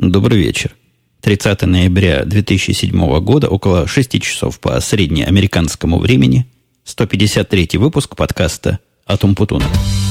Добрый вечер. 30 ноября 2007 года, около 6 часов по среднеамериканскому времени, 153 выпуск подкаста «Атум-Путун».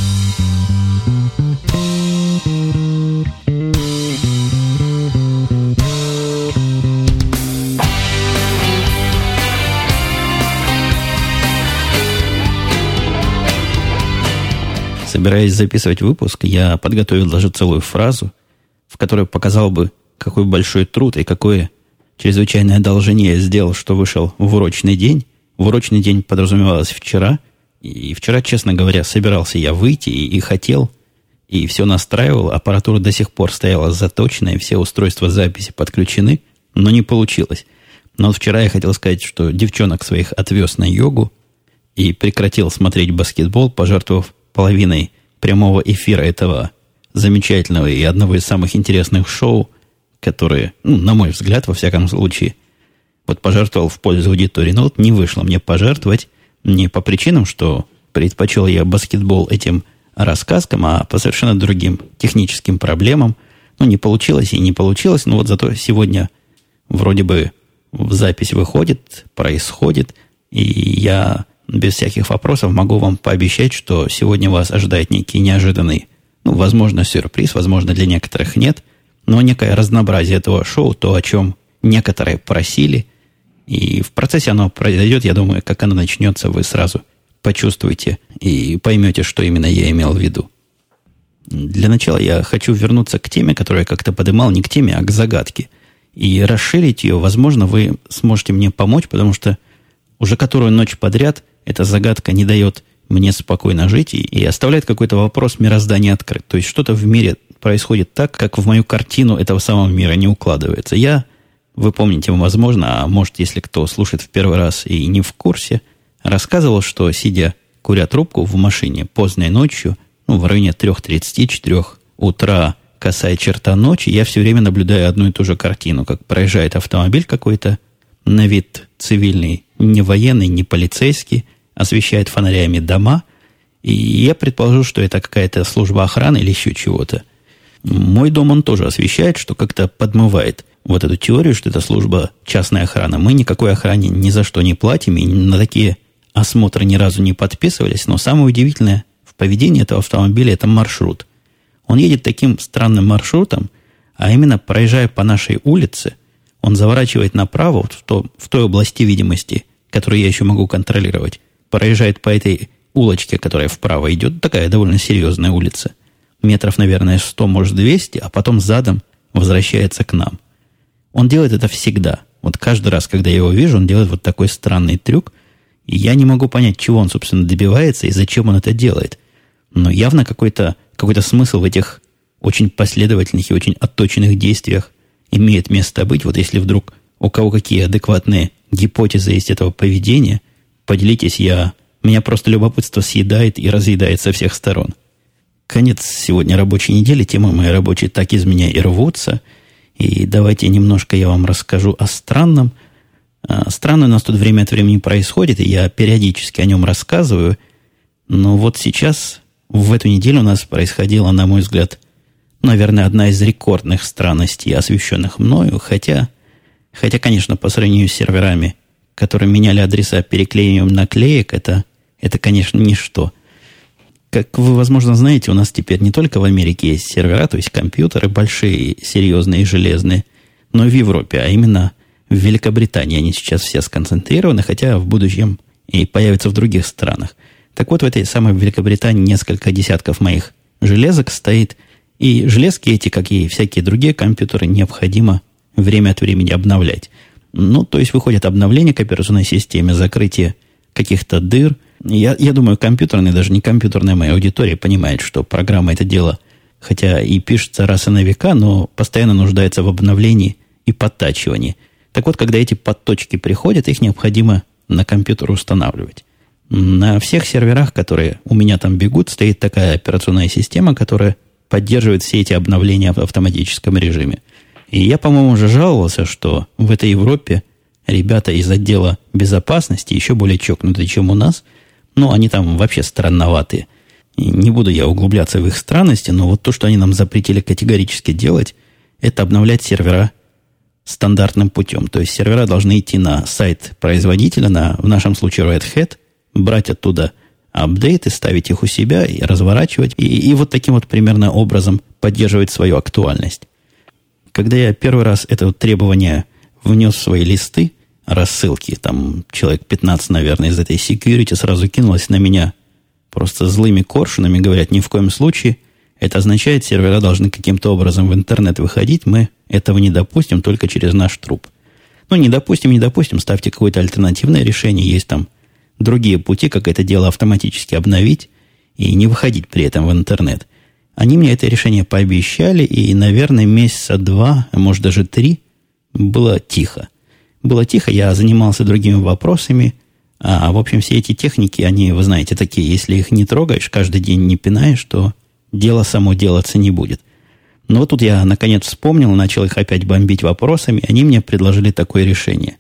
Собираясь записывать выпуск, я подготовил даже целую фразу, в которой показал бы, какой большой труд и какое чрезвычайное одолжение я сделал, что вышел в урочный день. В урочный день подразумевалось вчера. И вчера, честно говоря, собирался я выйти и хотел, и все настраивал. Аппаратура до сих пор стояла заточенная, все устройства записи подключены, но не получилось. Но вот вчера я хотел сказать, что девчонок своих отвез на йогу и прекратил смотреть баскетбол, пожертвовав половиной прямого эфира этого замечательного и одного из самых интересных шоу, которые, на мой взгляд, во всяком случае, вот пожертвовал в пользу аудитории. Но вот не вышло мне пожертвовать не по причинам, что предпочел я баскетбол этим рассказкам, а по совершенно другим техническим проблемам. Не получилось и не получилось, но вот зато сегодня вроде бы запись выходит, происходит, и я без всяких вопросов могу вам пообещать, что сегодня вас ожидает некий неожиданный, возможно, сюрприз, возможно, для некоторых нет, но некое разнообразие этого шоу, то, о чем некоторые просили, и в процессе оно произойдет, я думаю, как оно начнется, вы сразу почувствуете и поймете, что именно я имел в виду. Для начала я хочу вернуться к теме, которую я как-то поднимал, не к теме, а к загадке, и расширить ее. Возможно, вы сможете мне помочь, потому что уже которую ночь подряд эта загадка не дает мне спокойно жить и оставляет какой-то вопрос мироздания открыт. То есть что-то в мире происходит так, как в мою картину этого самого мира не укладывается. Вы помните, возможно, а может, если кто слушает в первый раз и не в курсе, рассказывал, что, сидя, куря трубку в машине поздней ночью, в районе 3:30-4 утра, косая черта ночи, я все время наблюдаю одну и ту же картину, как проезжает автомобиль какой-то, на вид цивильный, не военный, не полицейский, освещает фонарями дома, и я предположу, что это какая-то служба охраны или еще чего-то. Мой дом он тоже освещает, что как-то подмывает вот эту теорию, что это служба частной охраны. Мы никакой охране ни за что не платим, и на такие осмотры ни разу не подписывались, но самое удивительное в поведении этого автомобиля – это маршрут. Он едет таким странным маршрутом, а именно, проезжая по нашей улице, он заворачивает направо, в той области видимости, которую я еще могу контролировать, проезжает по этой улочке, которая вправо идет, такая довольно серьезная улица, метров, наверное, 100, может, 200, а потом задом возвращается к нам. Он делает это всегда. Вот каждый раз, когда я его вижу, он делает вот такой странный трюк, и я не могу понять, чего он, собственно, добивается и зачем он это делает. Но явно какой-то смысл в этих очень последовательных и очень отточенных действиях имеет место быть. Вот если вдруг у кого какие адекватные гипотезы есть этого поведения, поделитесь, меня просто любопытство съедает и разъедает со всех сторон. Конец сегодня рабочей недели, темы мои рабочие так из меня и рвутся. И давайте немножко я вам расскажу о странном. Странное у нас тут время от времени происходит, и я периодически о нем рассказываю. Но вот сейчас, в эту неделю у нас происходило, на мой взгляд, наверное, одна из рекордных странностей, освещенных мною, хотя, конечно, по сравнению с серверами, которые меняли адреса переклеиванием наклеек, это, конечно, ничто. Как вы, возможно, знаете, у нас теперь не только в Америке есть сервера, то есть компьютеры большие, серьезные, железные, но и в Европе, а именно в Великобритании они сейчас все сконцентрированы, хотя в будущем и появятся в других странах. Так вот, в этой самой Великобритании несколько десятков моих железок стоит, и железки эти, как и всякие другие компьютеры, необходимо время от времени обновлять. То есть выходят обновления к операционной системе, закрытие каких-то дыр. Я думаю, компьютерная, даже не компьютерная моя аудитория понимает, что программа это дело, хотя и пишется раз и на века, но постоянно нуждается в обновлении и подтачивании. Так вот, когда эти подточки приходят, их необходимо на компьютер устанавливать. На всех серверах, которые у меня там бегут, стоит такая операционная система, которая поддерживает все эти обновления в автоматическом режиме. И я, по-моему, уже жаловался, что в этой Европе ребята из отдела безопасности еще более чокнутые, чем у нас. Они там вообще странноватые. И не буду я углубляться в их странности, но вот то, что они нам запретили категорически делать, это обновлять сервера стандартным путем. То есть сервера должны идти на сайт производителя, в нашем случае Red Hat, брать оттуда апдейты, ставить их у себя и разворачивать. И вот таким вот примерно образом поддерживать свою актуальность. Когда я первый раз это вот требование внес в свои листы, рассылки, там человек 15, наверное, из этой security сразу кинулось на меня просто злыми коршунами, говорят, ни в коем случае. Это означает, сервера должны каким-то образом в интернет выходить, мы этого не допустим только через наш труп. Ну, не допустим, ставьте какое-то альтернативное решение, есть там другие пути, как это дело автоматически обновить и не выходить при этом в интернет. Они мне это решение пообещали, и, наверное, месяца 2, а может даже 3 было тихо. Было тихо, я занимался другими вопросами, в общем, все эти техники, они, вы знаете, такие, если их не трогаешь, каждый день не пинаешь, то дело само делаться не будет. Но вот тут я, наконец, вспомнил, начал их опять бомбить вопросами, они мне предложили такое решение.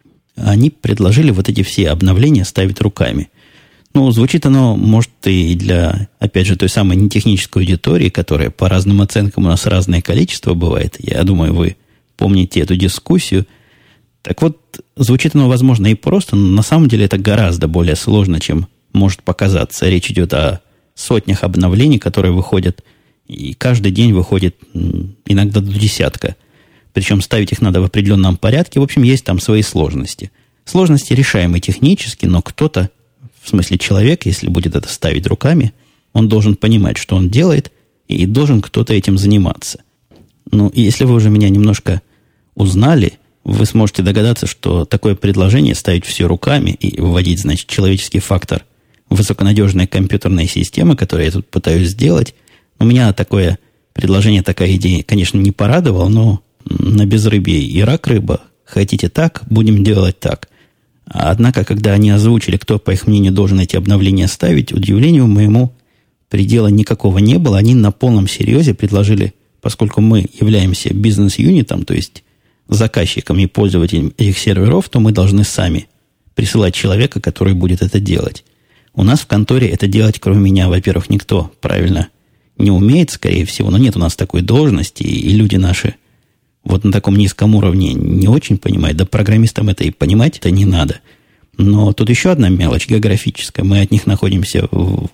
Они предложили вот эти все обновления ставить руками. Ну, звучит оно, может, и для, опять же, той самой нетехнической аудитории, которая по разным оценкам у нас разное количество бывает. Я думаю, вы помните эту дискуссию. Так вот, звучит оно, возможно, и просто, но на самом деле это гораздо более сложно, чем может показаться. Речь идет о сотнях обновлений, которые выходят, и каждый день выходит иногда до десятка. Причем ставить их надо в определенном порядке. В общем, есть там свои сложности. Сложности решаемые технически, но кто-то, в смысле человек, если будет это ставить руками, он должен понимать, что он делает, и должен кто-то этим заниматься. Ну, и если вы уже меня немножко узнали, вы сможете догадаться, что такое предложение ставить все руками и вводить, значит, человеческий фактор в высоконадежные компьютерные системы, которые я тут пытаюсь сделать, у меня такое предложение, такая идея, конечно, не порадовала, но на безрыбье и рак рыба. Хотите так, будем делать так. Однако, когда они озвучили, кто, по их мнению, должен эти обновления ставить, удивлению моему предела никакого не было. Они на полном серьезе предложили, поскольку мы являемся бизнес-юнитом, то есть заказчиком и пользователем этих серверов, то мы должны сами присылать человека, который будет это делать. У нас в конторе это делать, кроме меня, во-первых, никто правильно не умеет, скорее всего, но нет у нас такой должности, и люди наши вот на таком низком уровне не очень понимают, да программистам это и понимать это не надо. Но тут еще одна мелочь географическая. Мы от них находимся в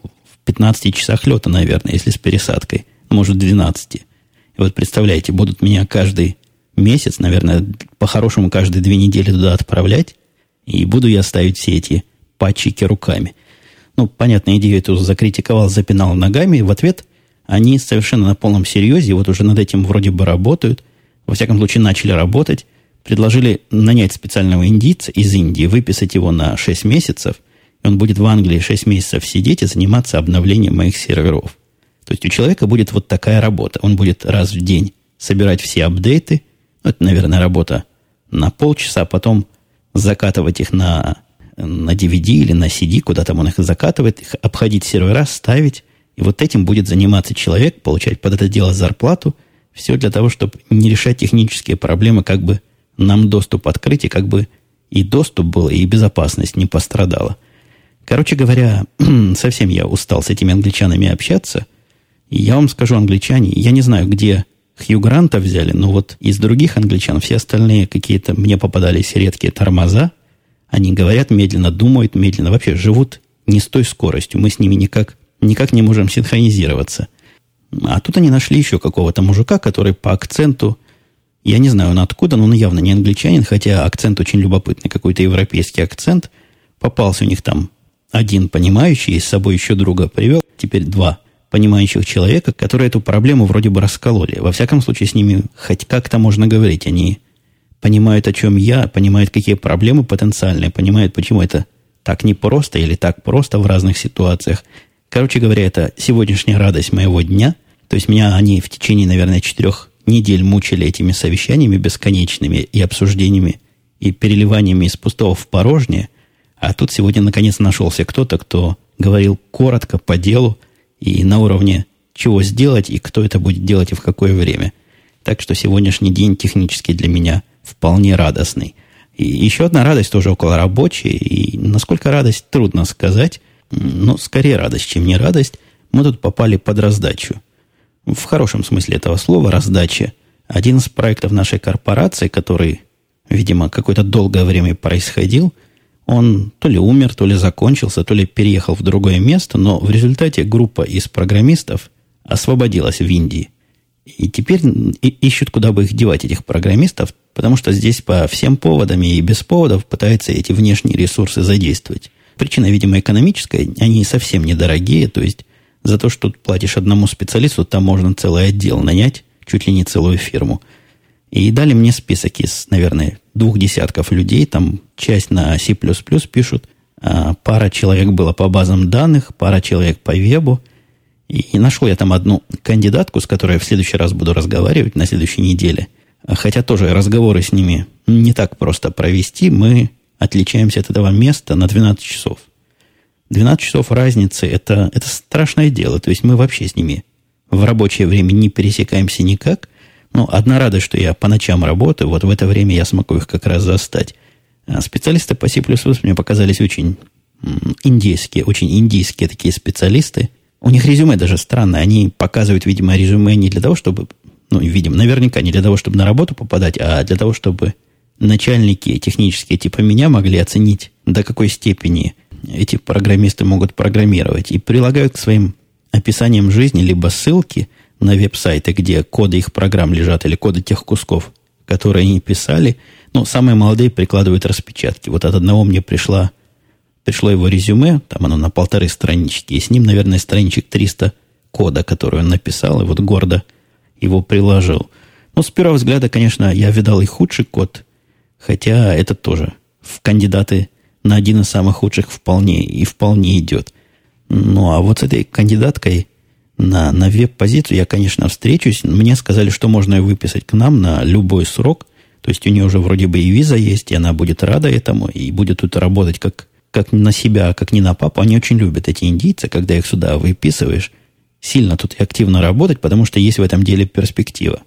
15 часах лета, наверное, если с пересадкой, может, 12. И вот представляете, будут меня каждый месяц, наверное, по-хорошему каждые 2 недели туда отправлять, и буду я ставить все эти патчики руками. Ну, понятно, идею эту закритиковал, запинал ногами. В ответ они совершенно на полном серьезе, вот уже над этим вроде бы работают, во всяком случае начали работать, предложили нанять специального индийца из Индии, выписать его на 6 месяцев, и он будет в Англии 6 месяцев сидеть и заниматься обновлением моих серверов. То есть у человека будет вот такая работа. Он будет раз в день собирать все апдейты. Это, наверное, работа на полчаса, потом закатывать их на DVD или на CD, куда там он их закатывает, их обходить сервера, ставить. И вот этим будет заниматься человек, получать под это дело зарплату. Все для того, чтобы не решать технические проблемы, как бы нам доступ открыть, и как бы и доступ был, и безопасность не пострадала. Короче говоря, совсем я устал с этими англичанами общаться. И я вам скажу, англичане, я не знаю, где Хью Гранта взяли, но вот из других англичан все остальные какие-то мне попадались редкие тормоза. Они говорят медленно, думают медленно, вообще живут не с той скоростью. Мы с ними никак не можем синхронизироваться. А тут они нашли еще какого-то мужика, который по акценту, я не знаю, он откуда, но он явно не англичанин, хотя акцент очень любопытный, какой-то европейский акцент. Попался у них там один понимающий, и с собой еще друга привел, теперь 2 понимающих человека, которые эту проблему вроде бы раскололи. Во всяком случае, с ними хоть как-то можно говорить. Они понимают, о чем я, понимают, какие проблемы потенциальные, понимают, почему это так непросто или так просто в разных ситуациях. Короче говоря, это сегодняшняя радость моего дня. То есть меня они в течение, наверное, 4 недель мучили этими совещаниями бесконечными и обсуждениями, и переливаниями из пустого в порожнее. А тут сегодня, наконец, нашелся кто-то, кто говорил коротко, по делу, и на уровне чего сделать, и кто это будет делать, и в какое время. Так что сегодняшний день технически для меня вполне радостный. И еще одна радость тоже околорабочая, и насколько радость, трудно сказать, но скорее радость, чем не радость. Мы тут попали под раздачу. В хорошем смысле этого слова раздача Один из проектов нашей корпорации, который, видимо, какое-то долгое время происходил, он то ли умер, то ли закончился, то ли переехал в другое место, но в результате группа из программистов освободилась в Индии. И теперь ищут, куда бы их девать, этих программистов, потому что здесь по всем поводам и без поводов пытаются эти внешние ресурсы задействовать. Причина, видимо, экономическая, они совсем недорогие, то есть за то, что платишь одному специалисту, там можно целый отдел нанять, чуть ли не целую фирму. И дали мне список из, наверное, 2 десятков людей, там часть на C++ пишут, пара человек было по базам данных, пара человек по вебу. И нашел я там одну кандидатку, с которой я в следующий раз буду разговаривать на следующей неделе. Хотя тоже разговоры с ними не так просто провести. Мы отличаемся от этого места на 12 часов. 12 часов разницы это страшное дело. То есть мы вообще с ними в рабочее время не пересекаемся никак. Но одна радость, что я по ночам работаю, вот в это время я смогу их как раз застать. Специалисты по C++ мне показались очень индийские такие специалисты. У них резюме даже странное. Они показывают, видимо, резюме не для того, чтобы... видимо, наверняка не для того, чтобы на работу попадать, а для того, чтобы начальники технические типа меня могли оценить, до какой степени эти программисты могут программировать. И прилагают к своим описаниям жизни либо ссылки на веб-сайты, где коды их программ лежат, или коды тех кусков, которые они писали. Самые молодые прикладывают распечатки. Вот от одного мне пришло его резюме, там оно на 1,5 странички, и с ним, наверное, страничек 300 кода, который он написал, и вот гордо его приложил. С первого взгляда, конечно, я видал и худший код, хотя это тоже в кандидаты на один из самых худших вполне идет. А вот с этой кандидаткой на веб-позицию я, конечно, встречусь. Мне сказали, что можно ее выписать к нам на любой срок. То есть у нее уже вроде бы и виза есть, и она будет рада этому, и будет тут работать как на себя, как не на папу. Они очень любят, эти индийцы, когда их сюда выписываешь, сильно тут и активно работать, потому что есть в этом деле перспектива.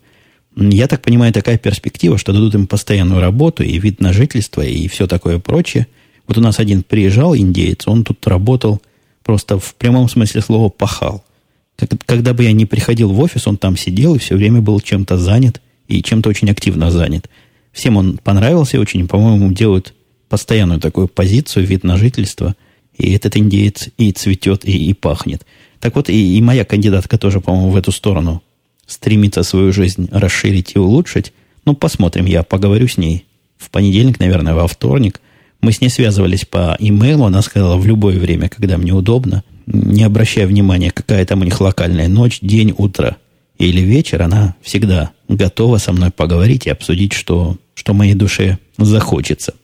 Я так понимаю, такая перспектива, что дадут им постоянную работу и вид на жительство, и все такое прочее. Вот у нас один приезжал, индеец, он тут работал, просто в прямом смысле слова пахал. Когда бы я не приходил в офис, он там сидел и все время был чем-то занят, и чем-то очень активно занят. Всем он понравился очень, по-моему, делают постоянную такую позицию, вид на жительство, и этот индеец и цветет, и пахнет. Так вот, и моя кандидатка тоже, по-моему, в эту сторону стремится свою жизнь расширить и улучшить. Посмотрим, я поговорю с ней в понедельник, наверное, во вторник. Мы с ней связывались по имейлу, она сказала в любое время, когда мне удобно, не обращая внимания, какая там у них локальная ночь, день, утро или вечер, она всегда готова со мной поговорить и обсудить, что моей душе захочется.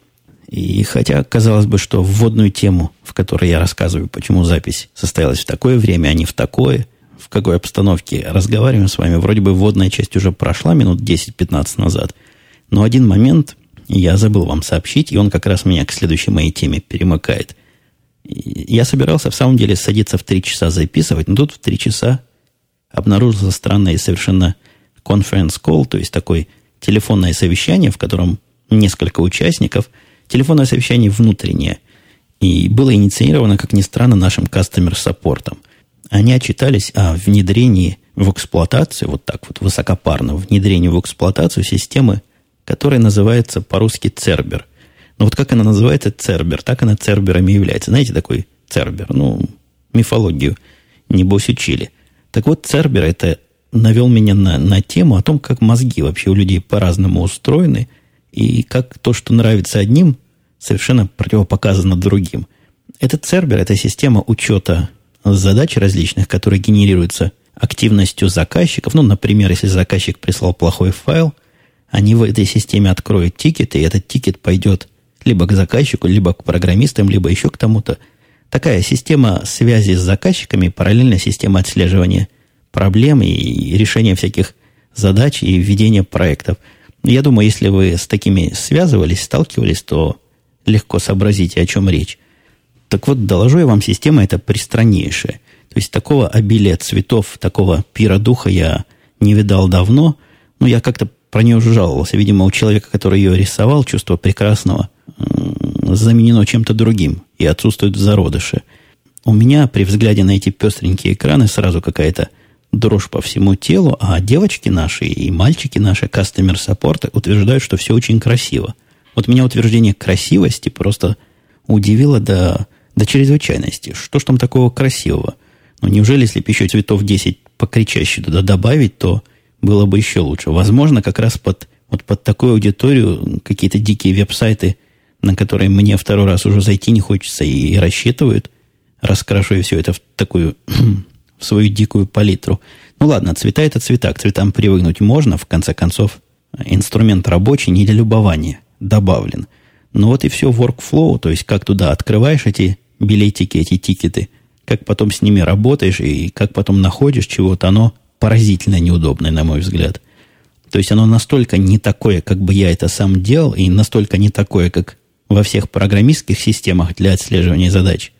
И хотя, казалось бы, что вводную тему, в которой я рассказываю, почему запись состоялась в такое время, а не в такое, в какой обстановке разговариваем с вами, вроде бы вводная часть уже прошла минут 10-15 назад, но один момент я забыл вам сообщить, и он как раз меня к следующей моей теме перемыкает. Я собирался, в самом деле, садиться в 3 часа записывать, но тут в 3 часа обнаружился странное совершенно conference call, то есть такое телефонное совещание, в котором несколько участников. Телефонное совещание внутреннее. И было инициировано, как ни странно, нашим customer-саппортом. Они отчитались о внедрении в эксплуатацию, вот так вот высокопарно, внедрении в эксплуатацию системы, которая называется по-русски Цербер. Но вот как она называется Цербер, так она Цербером и является. Знаете, такой Цербер? Мифологию, небось, учили. Так вот, Цербер это навел меня на тему о том, как мозги вообще у людей по-разному устроены, и как то, что нравится одним, совершенно противопоказано другим. Этот Цербер – это система учета задач различных, которые генерируются активностью заказчиков. Например, если заказчик прислал плохой файл, они в этой системе откроют тикет, и этот тикет пойдет либо к заказчику, либо к программистам, либо еще к тому-то. Такая система связи с заказчиками, параллельная система отслеживания проблем и решения всяких задач и ведения проектов. Я думаю, если вы с такими связывались, сталкивались, то легко сообразите, о чем речь. Так вот, доложу я вам, система эта пристраннейшая. То есть такого обилия цветов, такого пира духа я не видал давно. Я как-то про нее уже жаловался. Видимо, у человека, который ее рисовал, чувство прекрасного заменено чем-то другим и отсутствует в зародыше. У меня при взгляде на эти пестренькие экраны сразу какая-то дрожь по всему телу, а девочки наши и мальчики наши, customer support, утверждают, что все очень красиво. Вот меня утверждение красивости просто удивило до чрезвычайности. Что ж там такого красивого? Ну, неужели, если бы еще цветов 10 покричаще туда добавить, то было бы еще лучше? Возможно, как раз под такую аудиторию какие-то дикие веб-сайты, на которые мне второй раз уже зайти не хочется, и рассчитывают, раскрашивая все это в такую в свою дикую палитру. Ну ладно, цвета это цвета, к цветам привыкнуть можно, в конце концов, инструмент рабочий, не для любования, добавлен. Но вот и все workflow, то есть как туда открываешь эти билетики, эти тикеты, как потом с ними работаешь и как потом находишь чего-то, оно поразительно неудобное, на мой взгляд. То есть оно настолько не такое, как бы я это сам делал, и настолько не такое, как во всех программистских системах для отслеживания задач,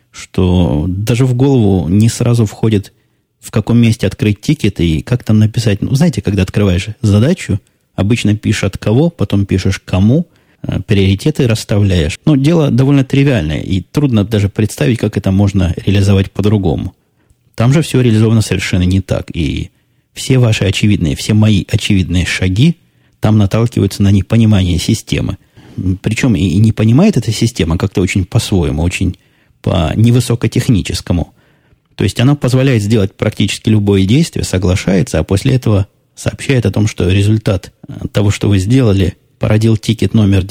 что даже в голову не сразу входит, в каком месте открыть тикет и как там написать. Ну, знаете, когда открываешь задачу, обычно пишешь от кого, потом пишешь кому, приоритеты расставляешь. Но дело довольно тривиальное, и трудно даже представить, как это можно реализовать по-другому. Там же все реализовано совершенно не так, и все ваши очевидные, все мои очевидные шаги там наталкиваются на непонимание системы. Причем и не понимает эта система как-то очень по-своему, очень по невысокотехническому. То есть она позволяет сделать практически любое действие, соглашается, а после этого сообщает о том, что результат того, что вы сделали, породил тикет номер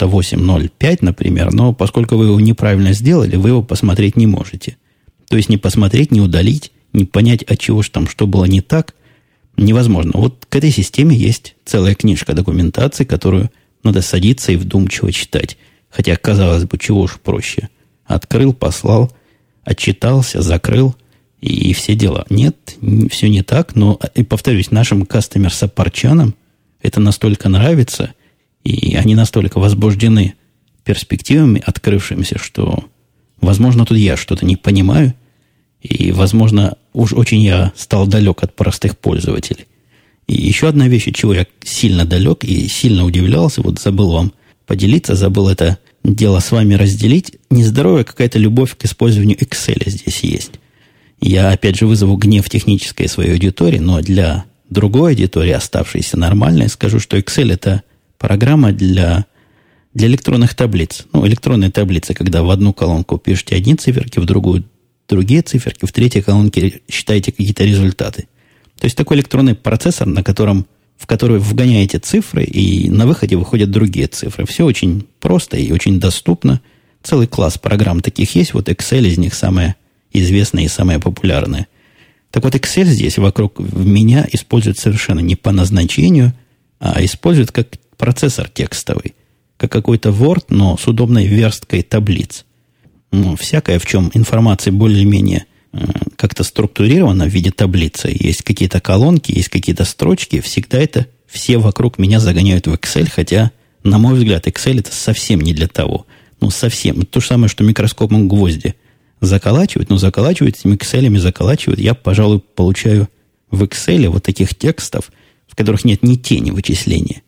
9805, например, но поскольку вы его неправильно сделали, вы его посмотреть не можете. То есть не посмотреть, не удалить, не понять, от чего же там, что было не так, невозможно. Вот к этой системе есть целая книжка документации, которую надо садиться и вдумчиво читать. Хотя, казалось бы, чего уж проще. Открыл, послал, отчитался, закрыл и все дела. Нет, все не так, но, и повторюсь, нашим кастомер-саппортчанам это настолько нравится, и они настолько возбуждены перспективами открывшимися, что, возможно, тут я что-то не понимаю, и, возможно, уж очень я стал далек от простых пользователей. И еще одна вещь, от чего я сильно далек и сильно удивлялся, вот забыл вам поделиться, забыл это дело с вами разделить. Нездоровая какая-то любовь к использованию Excel здесь есть. Я, опять же, вызову гнев технической своей аудитории, но для другой аудитории, оставшейся нормальной, скажу, что Excel – это программа для электронных таблиц. Ну, электронные таблицы, когда в одну колонку пишете одни циферки, в другую другие циферки, в третьей колонке считаете какие-то результаты. То есть такой электронный процессор, в который вгоняете цифры, и на выходе выходят другие цифры. Все очень просто и очень доступно. Целый класс программ таких есть. Вот Excel из них самая известная и самая популярная. Так вот, Excel здесь вокруг меня использует совершенно не по назначению, а использует как процессор текстовый. Как какой-то Word, но с удобной версткой таблиц. Ну, всякое, в чем информация более-менее как-то структурирована в виде таблицы. Есть какие-то колонки, есть какие-то строчки. Всегда это все вокруг меня загоняют в Excel, хотя, на мой взгляд, Excel это совсем не для того. Ну, совсем. Это то же самое, что микроскопом гвозди заколачивают. Но заколачивают этими Excel-ами, заколачивают. Я, пожалуй, получаю в Excel вот таких текстов, в которых нет ни тени вычисления.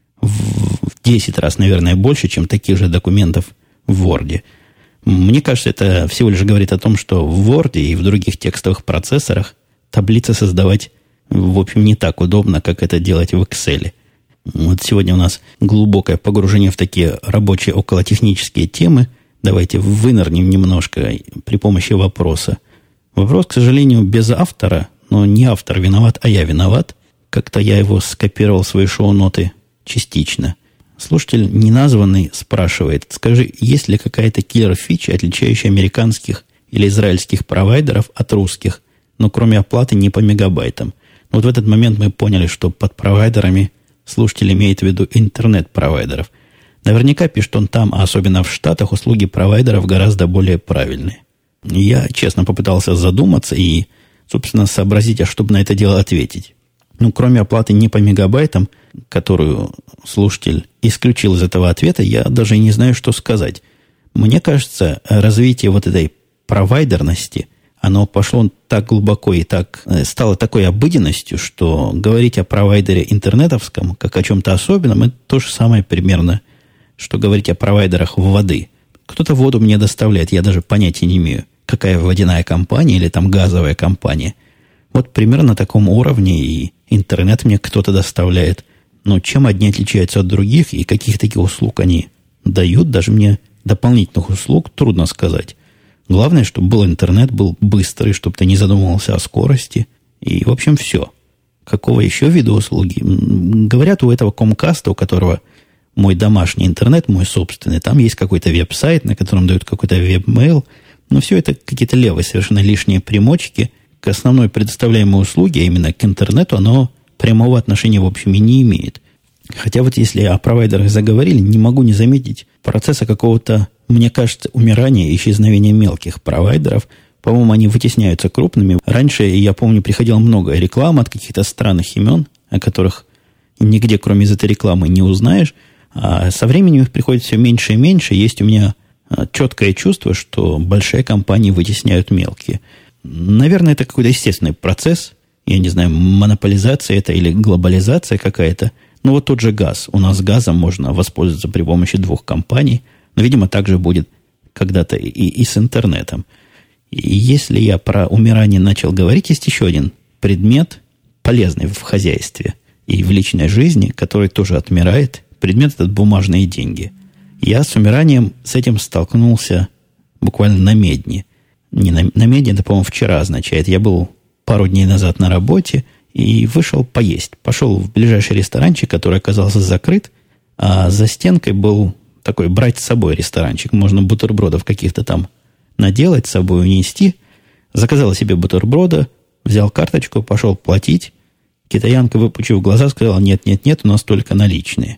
В 10 раз, наверное, больше, чем таких же документов в Word. Мне кажется, это всего лишь говорит о том, что в Word и в других текстовых процессорах таблицы создавать, в общем, не так удобно, как это делать в Excel. Вот сегодня у нас глубокое погружение в такие рабочие околотехнические темы. Давайте вынырнем немножко при помощи вопроса. Вопрос, к сожалению, без автора, но не автор виноват, а я виноват. Как-то я его скопировал в свои шоу-ноты частично. Слушатель неназванный спрашивает, скажи, есть ли какая-то киллер-фича, отличающая американских или израильских провайдеров от русских, но кроме оплаты не по мегабайтам? Вот в этот момент мы поняли, что под провайдерами слушатель имеет в виду интернет-провайдеров. Наверняка, пишет он там, а особенно в Штатах, услуги провайдеров гораздо более правильные. Я, честно, попытался задуматься и, собственно, сообразить, а чтобы на это дело ответить. Ну, кроме оплаты не по мегабайтам, которую слушатель исключил из этого ответа, я даже не знаю, что сказать. Мне кажется, развитие вот этой провайдерности, оно пошло так глубоко и так стало такой обыденностью, что говорить о провайдере интернетовском, как о чем-то особенном, это то же самое примерно, что говорить о провайдерах воды. Кто-то воду мне доставляет, я даже понятия не имею, какая водяная компания или там газовая компания. Вот примерно на таком уровне и интернет мне кто-то доставляет. Но чем одни отличаются от других и каких таких услуг они дают, даже мне дополнительных услуг трудно сказать. Главное, чтобы был интернет, был быстрый, чтобы ты не задумывался о скорости. И, в общем, все. Какого еще вида услуги? Говорят, у этого Комкаста, у которого мой домашний интернет, мой собственный, там есть какой-то веб-сайт, на котором дают какой-то веб-мейл. Но все это какие-то левые, совершенно лишние примочки к основной предоставляемой услуге, а именно к интернету, оно прямого отношения, в общем, и не имеет. Хотя вот если о провайдерах заговорили, не могу не заметить процесса какого-то, мне кажется, умирания и исчезновения мелких провайдеров. По-моему, они вытесняются крупными. Раньше, я помню, приходило много рекламы от каких-то странных имен, о которых нигде, кроме из этой рекламы, не узнаешь. А со временем их приходит все меньше и меньше. Есть у меня четкое чувство, что большие компании вытесняют мелкие. Наверное, это какой-то естественный процесс. Я не знаю, монополизация это или глобализация какая-то. Но вот тот же газ. У нас газом можно воспользоваться при помощи 2 компаний. Но, видимо, также будет когда-то и с интернетом. И если я про умирание начал говорить, есть еще один предмет, полезный в хозяйстве и в личной жизни, который тоже отмирает. Предмет этот бумажные деньги. Я с умиранием с этим столкнулся буквально на медне. Не на медне, это, по-моему, вчера означает. Я был пару дней назад на работе и вышел поесть. Пошел в ближайший ресторанчик, который оказался закрыт, а за стенкой был такой брать с собой ресторанчик. Можно бутербродов каких-то там наделать, с собой унести. Заказал себе бутерброда, взял карточку, пошел платить. Китаянка, выпучив глаза, сказала: нет, у нас только наличные.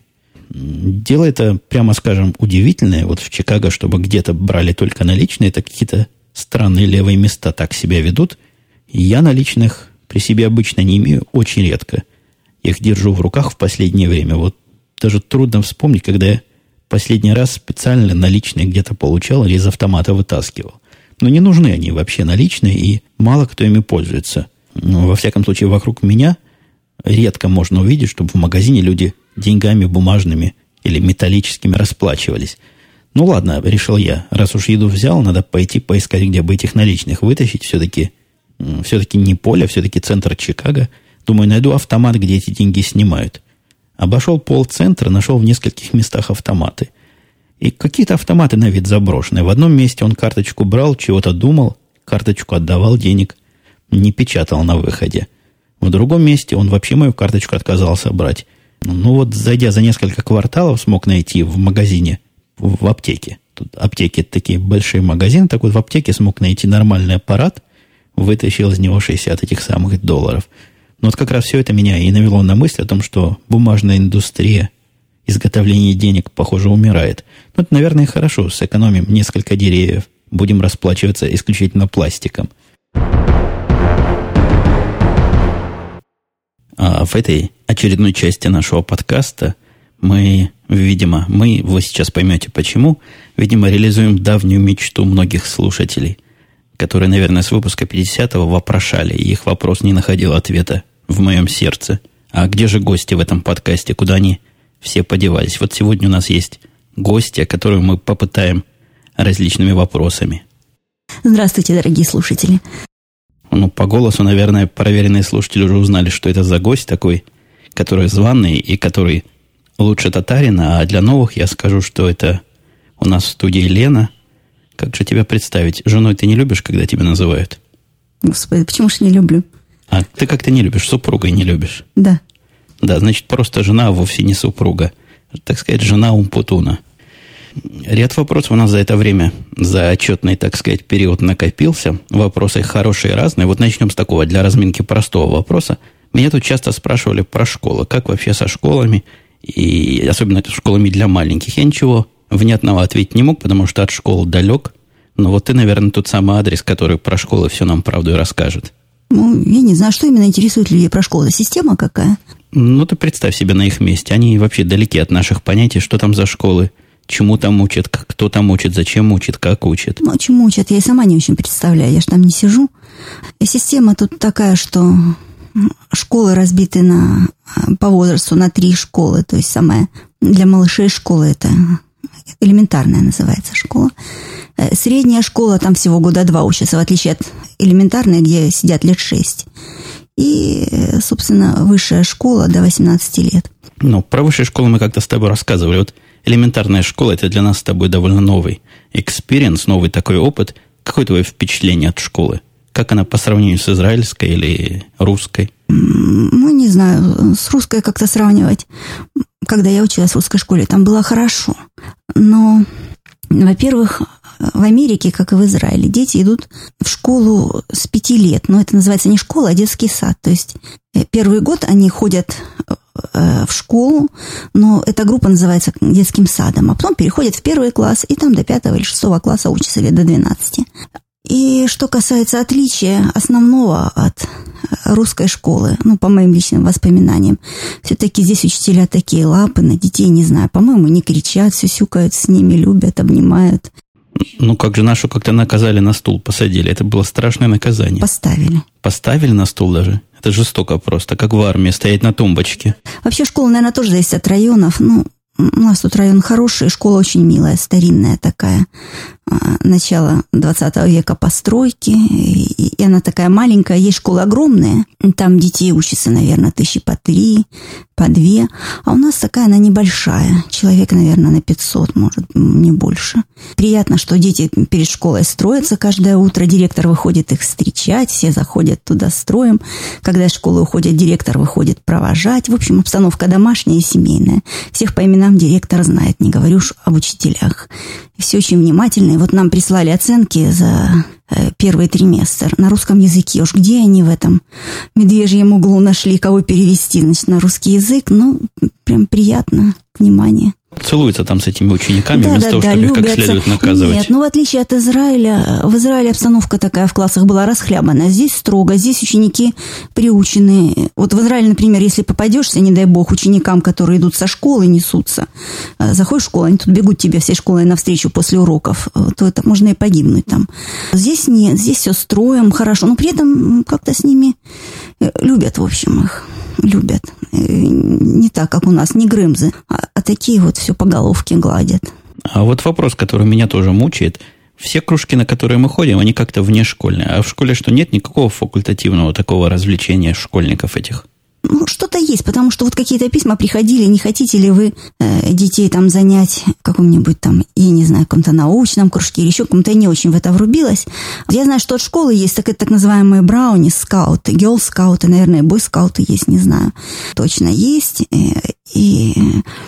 Дело это, прямо скажем, удивительное. Вот в Чикаго, чтобы где-то брали только наличные, это какие-то странные левые места так себя ведут. И я наличных при себе обычно не имею, очень редко. Я их держу в руках в последнее время. Вот даже трудно вспомнить, когда я последний раз специально наличные где-то получал или из автомата вытаскивал. Но не нужны они вообще наличные, и мало кто ими пользуется. Но, во всяком случае, вокруг меня редко можно увидеть, чтобы в магазине люди деньгами бумажными или металлическими расплачивались. Ну ладно, решил я, раз уж еду взял, надо пойти поискать, где бы этих наличных вытащить. Все-таки не поле, все-таки центр Чикаго. Думаю, найду автомат, где эти деньги снимают. Обошел полцентра, нашел в нескольких местах автоматы. И какие-то автоматы на вид заброшенные. В одном месте он карточку брал, чего-то думал, карточку отдавал, денег не печатал на выходе. В другом месте он вообще мою карточку отказался брать. Ну вот, зайдя за несколько кварталов, смог найти в магазине, в аптеке. Тут аптеки такие большие магазины. Так вот, в аптеке смог найти нормальный аппарат, вытащил из него 60 этих самых долларов. Но вот как раз все это меня и навело на мысль о том, что бумажная индустрия изготовления денег, похоже, умирает. Ну, это, наверное, хорошо. Сэкономим несколько деревьев. Будем расплачиваться исключительно пластиком. А в этой очередной части нашего подкаста вы сейчас поймете почему, видимо, реализуем давнюю мечту многих слушателей, которые, наверное, с выпуска 50-го вопрошали, и их вопрос не находил ответа в моем сердце. А где же гости в этом подкасте? Куда они все подевались? Вот сегодня у нас есть гостья, которую мы попытаем различными вопросами. Здравствуйте, дорогие слушатели. Ну, по голосу, наверное, проверенные слушатели уже узнали, что это за гость такой, который званый и который лучше татарина. А для новых я скажу, что это у нас в студии Лена. Как же тебя представить? Женой ты не любишь, когда тебя называют? Господи, почему же не люблю? А ты как-то не любишь, супругой не любишь? Да. Да, значит, просто жена, а вовсе не супруга. Так сказать, жена Умпутуна. Ряд вопросов у нас за это время, за отчетный, так сказать, период накопился. Вопросы хорошие и разные. Вот начнем с такого, для разминки, простого вопроса. Меня тут часто спрашивали про школы. Как вообще со школами? И особенно школами для маленьких. Я ничего внятного ответить не мог, потому что от школ далек. Но вот ты, наверное, тот самый адрес, который про школы все нам правду и расскажет. Ну, я не знаю, что именно интересует людей про школу. Система какая? Ну, ты представь себе на их месте. Они вообще далеки от наших понятий, что там за школы, чему там учат, кто там учит, зачем учит, как учат. Ну, чему учат, я и сама не очень представляю. Я же там не сижу. И система тут такая, что школы разбиты по возрасту на 3 школы. То есть самая для малышей школа — это элементарная называется школа. Средняя школа, там всего года 2 учатся, в отличие от элементарной, где сидят лет 6. И, собственно, высшая школа до 18 лет. Ну, про высшую школу мы как-то с тобой рассказывали. Вот элементарная школа – это для нас с тобой довольно новый экспириенс, новый такой опыт. Какое твое впечатление от школы? Как она по сравнению с израильской или русской? Ну, не знаю, с русской как-то сравнивать. Когда я училась в русской школе, там было хорошо. Но, во-первых, в Америке, как и в Израиле, дети идут в школу с 5 лет. Но это называется не школа, а детский сад. То есть первый год они ходят в школу, но эта группа называется детским садом. А потом переходят в 1 класс, и там до 5 или 6 класса учатся лет до 12. И что касается отличия основного от русской школы, ну, по моим личным воспоминаниям, все-таки здесь учителя такие лапы на детей, не знаю, по-моему, не кричат, сюсюкают с ними, любят, обнимают. Ну, как же нашу как-то наказали, на стул посадили. Это было страшное наказание. Поставили. Поставили на стул даже? Это жестоко просто, как в армии, стоять на тумбочке. Вообще школа, наверное, тоже зависит от районов. Ну, у нас тут район хороший, школа очень милая, старинная такая. Начало 20 века постройки, и она такая маленькая. Есть школы огромные, там детей учатся, наверное, 1000 по 3, по 2. А у нас такая она небольшая, человек, наверное, на 500, может, не больше. Приятно, что дети перед школой строятся каждое утро, директор выходит их встречать, все заходят туда строем. Когда из школы уходит, директор выходит провожать. В общем, обстановка домашняя и семейная. Всех по именам директор знает, не говорю уж об учителях. Все очень внимательно. И вот нам прислали оценки за первый триместр на русском языке. Уж где они в этом медвежьем углу нашли, кого перевести, значит, на русский язык. Ну, прям приятно, внимание. Целуются там с этими учениками, вместо того, чтобы любятся. Их как следует наказывать. Нет, ну, в отличие от Израиля, в Израиле обстановка такая в классах была расхлябанная. Здесь строго, здесь ученики приучены. Вот в Израиле, например, если попадешься, не дай бог, ученикам, которые идут со школы, несутся, заходишь в школу, они тут бегут тебе всей школой навстречу после уроков, то это можно и погибнуть там. Здесь нет, здесь все строем, хорошо, но при этом как-то с ними любят, в общем, их. Любят. Не так, как у нас, не грымзы, а такие вот все по головке гладят. А вот вопрос, который меня тоже мучает. Все кружки, на которые мы ходим, они как-то внешкольные. А в школе что, нет никакого факультативного такого развлечения школьников этих? Ну, что-то есть, потому что вот какие-то письма приходили, не хотите ли вы детей там занять в каком-нибудь там, я не знаю, каком-то научном кружке или еще каком-то, я не очень в это врубилась. Я знаю, что от школы есть так называемые брауни, скауты, герл-скауты, наверное, бой-скауты есть, не знаю, точно есть. И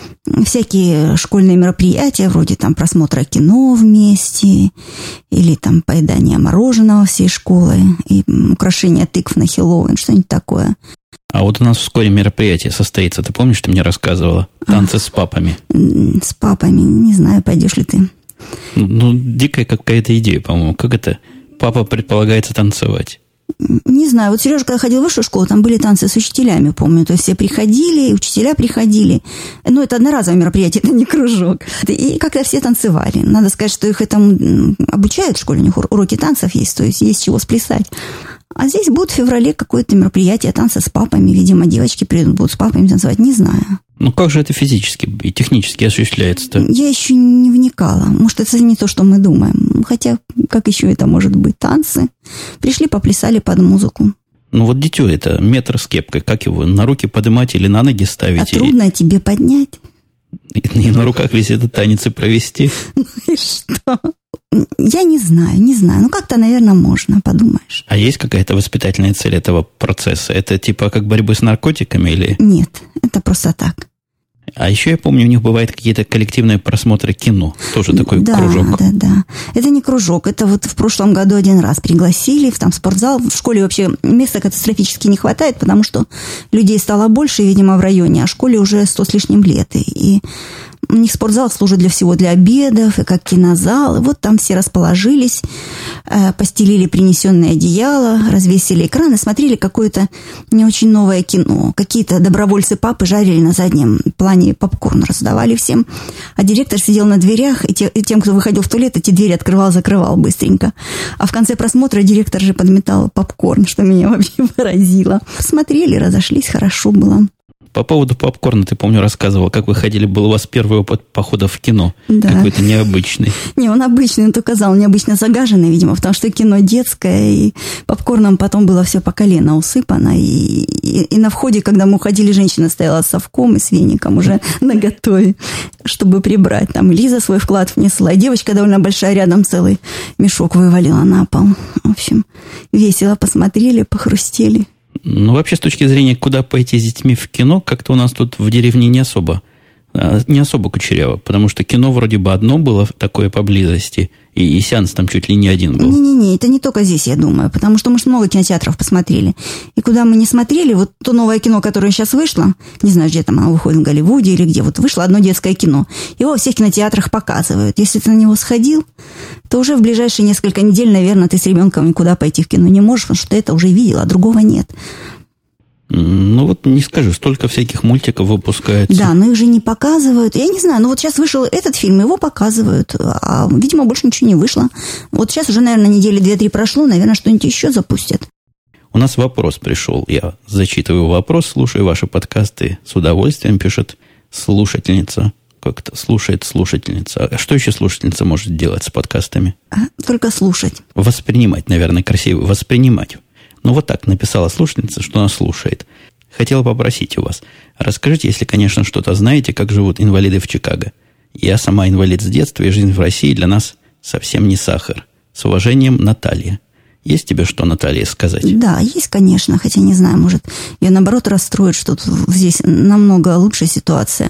всякие школьные мероприятия, вроде там просмотра кино вместе, или там поедания мороженого всей школой, и украшения тыкв на Хэллоуин, что-нибудь такое. А вот у нас вскоре мероприятие состоится. Ты помнишь, ты мне рассказывала? Танцы с папами. С папами. Не знаю, пойдешь ли ты. Ну, дикая какая-то идея, по-моему. Как это? Папа предполагается танцевать. Не знаю. Вот Сережа, когда ходил в высшую школу, там были танцы с учителями, помню. То есть все приходили, учителя приходили. Но это одноразовое мероприятие, это не кружок. И как-то все танцевали. Надо сказать, что их этому обучают в школе. У них уроки танцев есть, то есть есть чего сплясать. А здесь будет в феврале какое-то мероприятие, танцы с папами. Видимо, девочки придут, будут с папами танцевать. Не знаю. Ну, как же это физически и технически осуществляется-то? Я еще не вникала. Может, это не то, что мы думаем. Хотя, как еще это может быть? Танцы. Пришли, поплясали под музыку. Ну, вот дитё это, метр с кепкой. Как его, на руки поднимать или на ноги ставить? А трудно тебе поднять. И на руках весь этот танец и провести? Ну и что? Я не знаю. Ну, как-то, наверное, можно, подумаешь. А есть какая-то воспитательная цель этого процесса? Это типа как борьбы с наркотиками или... Нет, это просто так. А еще я помню, у них бывают какие-то коллективные просмотры кино. Тоже такой кружок. Да. Это не кружок. Это вот в прошлом году один раз пригласили в там спортзал. В школе вообще места катастрофически не хватает, потому что людей стало больше, видимо, в районе, а школе уже 100 с лишним лет. И у них спортзал служит для всего, для обедов, и как кинозал. И вот там все расположились, постелили принесенные одеяла, развесили экраны, смотрели какое-то не очень новое кино. Какие-то добровольцы папы жарили на заднем плане попкорн, раздавали всем. А директор сидел на дверях, и тем, кто выходил в туалет, эти двери открывал-закрывал быстренько. А в конце просмотра директор же подметал попкорн, что меня вообще поразило. Посмотрели, разошлись, хорошо было. По поводу попкорна, ты, помню, рассказывал, как вы ходили, был у вас первый опыт похода в кино. Да. Какой-то необычный. Не, он обычный, он только казал необычно загаженный, видимо, потому что кино детское, и попкорном потом было все по колено усыпано. И на входе, когда мы уходили, женщина стояла с совком и с веником уже наготове, чтобы прибрать. Там Лиза свой вклад внесла, и девочка довольно большая рядом целый мешок вывалила на пол. В общем, весело посмотрели, похрустели. Ну, вообще, с точки зрения, куда пойти с детьми в кино, как-то у нас тут в деревне не особо кучеряво, потому что кино вроде бы одно было такое поблизости, и сеанс там чуть ли не один был. Не-не-не, это не только здесь, я думаю, потому что мы же много кинотеатров посмотрели. И куда мы не смотрели, вот то новое кино, которое сейчас вышло, не знаю, где там оно выходит, в Голливуде или где, вот вышло одно детское кино, его во всех кинотеатрах показывают. Если ты на него сходил, то уже в ближайшие несколько недель, наверное, ты с ребенком никуда пойти в кино не можешь, потому что ты это уже видел, а другого нет. Ну, вот не скажу, столько всяких мультиков выпускается. Да, но их же не показывают. Я не знаю, ну вот сейчас вышел этот фильм, его показывают, а, видимо, больше ничего не вышло. Вот сейчас уже, наверное, недели 2-3 прошло, наверное, что-нибудь еще запустят. У нас вопрос пришел. Я зачитываю вопрос, слушаю ваши подкасты с удовольствием, пишет слушательница. Как-то слушает слушательница. А что еще слушательница может делать с подкастами? Только слушать. Воспринимать, наверное, красиво. Воспринимать. Ну, вот так написала слушательница, что она слушает. Хотела попросить у вас. Расскажите, если, конечно, что-то знаете, как живут инвалиды в Чикаго. Я сама инвалид с детства, и жизнь в России для нас совсем не сахар. С уважением, Наталья. Есть тебе что, Наталья, сказать? Да, есть, конечно, хотя не знаю, может, ее наоборот расстроит, что тут здесь намного лучшая ситуация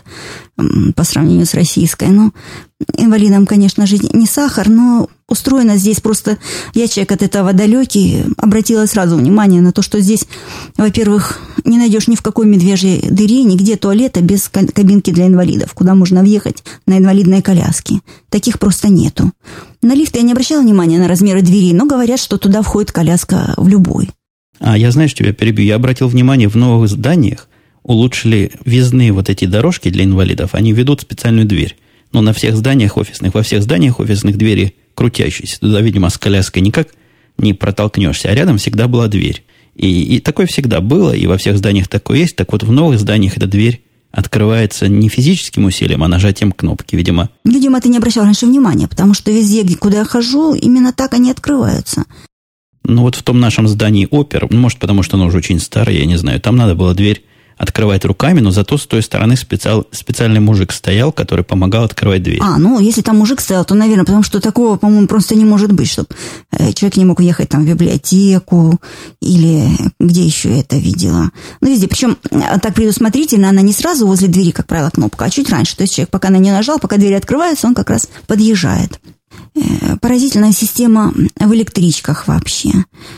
по сравнению с российской. Ну, инвалидам, конечно, жизнь не сахар, но устроено здесь просто... Я человек от этого далекий, обратила сразу внимание на то, что здесь, во-первых, не найдешь ни в какой медвежьей дыре, нигде туалета без кабинки для инвалидов, куда можно въехать на инвалидной коляске. Таких просто нету. На лифты я не обращала внимания на размеры дверей, но говорят, что туда входит коляска в любой. Я, знаешь, тебя перебью. Я обратил внимание, в новых зданиях улучшили въездные вот эти дорожки для инвалидов. Они ведут специальную дверь. Но на всех зданиях офисных, во всех зданиях офисных двери крутящиеся. Туда, видимо, с коляской никак не протолкнешься. А рядом всегда была дверь. И такое всегда было, и во всех зданиях такое есть. Так вот, в новых зданиях эта дверь открывается не физическим усилием, а нажатием кнопки, видимо. Видимо, ты не обращал раньше внимания, потому что везде, куда я хожу, именно так они открываются. Ну, вот в том нашем здании опер, может, потому что оно уже очень старое, я не знаю, там надо было дверь открывать руками, но зато с той стороны специальный мужик стоял, который помогал открывать дверь. Ну, если там мужик стоял, то, наверное, потому что такого, по-моему, просто не может быть, чтобы человек не мог уехать там в библиотеку или где еще я это видела. Ну, везде. Причем так предусмотрительно, она не сразу возле двери, как правило, кнопка, а чуть раньше. То есть человек пока на нее нажал, пока дверь открывается, он как раз подъезжает. Поразительная система в электричках вообще.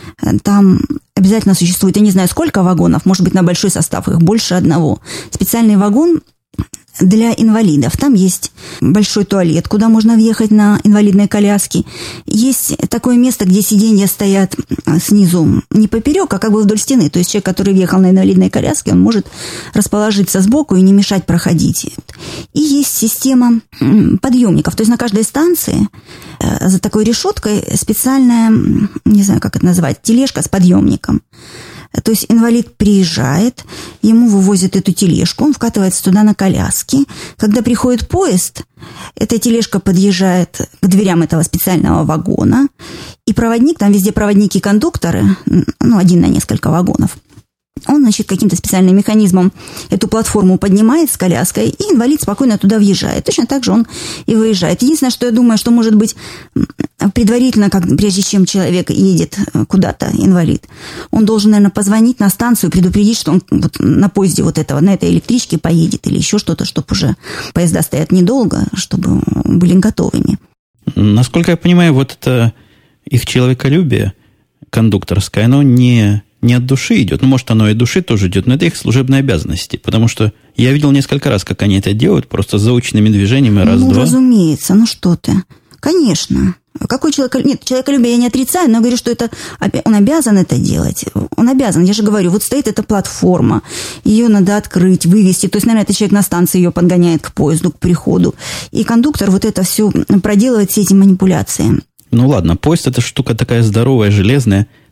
Там обязательно существует, я не знаю, сколько вагонов, может быть, на большой состав их больше одного. Специальный вагон для инвалидов. Там есть большой туалет, куда можно въехать на инвалидной коляске. Есть такое место, где сиденья стоят снизу не поперек, а как бы вдоль стены. То есть человек, который въехал на инвалидной коляске, он может расположиться сбоку и не мешать проходить. И есть система подъемников. То есть на каждой станции за такой решеткой специальная, не знаю, как это назвать, тележка с подъемником. То есть инвалид приезжает, ему вывозят эту тележку, он вкатывается туда на коляске. Когда приходит поезд, эта тележка подъезжает к дверям этого специального вагона, и проводник, там везде проводники и кондукторы, один на несколько вагонов, он, каким-то специальным механизмом эту платформу поднимает с коляской, и инвалид спокойно туда въезжает. Точно так же он и выезжает. Единственное, что я думаю, что, может быть, предварительно, прежде чем человек едет куда-то, инвалид, он должен, наверное, позвонить на станцию, предупредить, что он на поезде на этой электричке поедет или еще что-то, чтобы уже поезда стоят недолго, чтобы были готовыми. Насколько я понимаю, вот это их человеколюбие кондукторское, оно не от души идет. Может, оно и от души тоже идет, но это их служебные обязанности. Потому что я видел несколько раз, как они это делают, просто заученными движениями раз-два. Разумеется, что ты. Конечно. Какой человеколюбие? Нет, человеколюбие я не отрицаю, но я говорю, что он обязан это делать. Он обязан. Я же говорю, вот стоит эта платформа, ее надо открыть, вывести. То есть, наверное, этот человек на станции ее подгоняет к поезду, к приходу. И кондуктор вот это все проделывает, все эти манипуляции. Ну ладно, поезд – это штука такая здоровая, железная.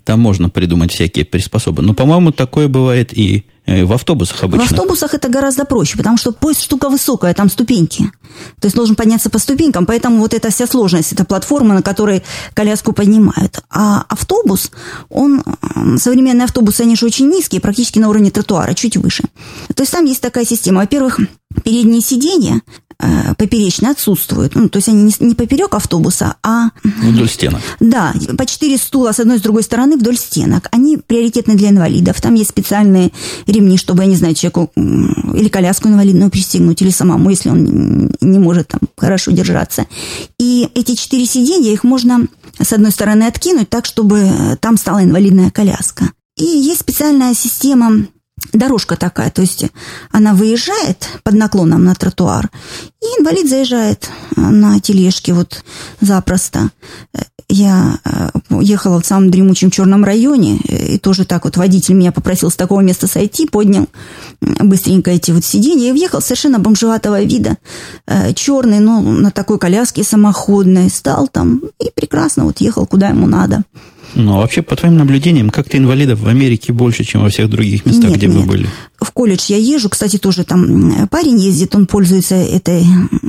Там можно придумать всякие приспособы. Но, по-моему, такое бывает и в автобусах обычно. В автобусах это гораздо проще, потому что поезд штука высокая, там ступеньки. То есть должен подняться по ступенькам, поэтому вот эта вся сложность, это платформа, на которой коляску поднимают. А автобус, современные автобусы, они же очень низкие, практически на уровне тротуара, чуть выше. То есть там есть такая система. Во-первых, передние сиденья поперечно отсутствуют. То есть они не поперек автобуса, а... Вдоль стенок. Да, по 4 стула с одной и с другой стороны вдоль стенок. Они приоритетны для инвалидов. Там есть специальные ремни, чтобы, я не знаю, человеку или коляску инвалидную пристегнуть, или самому, если он не может там хорошо держаться. И эти 4 сиденья, их можно с одной стороны откинуть так, чтобы там стала инвалидная коляска. И есть специальная система... Дорожка такая, то есть она выезжает под наклоном на тротуар, и инвалид заезжает на тележке вот запросто. Я ехала в самом дремучем черном районе, и тоже так вот водитель меня попросил с такого места сойти, поднял быстренько эти вот сиденья и въехал совершенно бомжеватого вида, черный, но на такой коляске самоходной, стал там и прекрасно вот ехал куда ему надо. Ну, а вообще, по твоим наблюдениям, как-то инвалидов в Америке больше, чем во всех других местах, где вы были? В колледж я езжу, кстати, тоже там парень ездит, он пользуется этой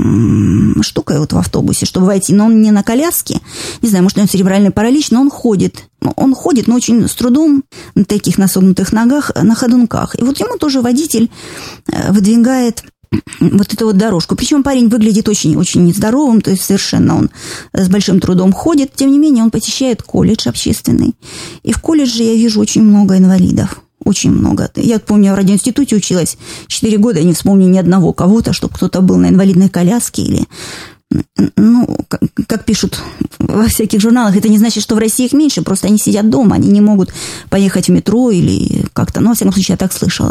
штукой вот в автобусе, чтобы войти, но он не на коляске, не знаю, может, у него церебральный паралич, но он ходит, но очень с трудом на таких насогнутых ногах, на ходунках. И вот ему тоже водитель выдвигает вот эту вот дорожку. Причем парень выглядит очень-очень нездоровым, то есть совершенно он с большим трудом ходит. Тем не менее, он посещает колледж общественный. И в колледже я вижу очень много инвалидов. Очень много. Я помню, я в радиоинституте училась 4 года, я не вспомню ни одного кого-то, чтобы кто-то был на инвалидной коляске или... Ну, как пишут во всяких журналах, это не значит, что в России их меньше, просто они сидят дома, они не могут поехать в метро или как-то. Но, во всяком случае, я так слышала.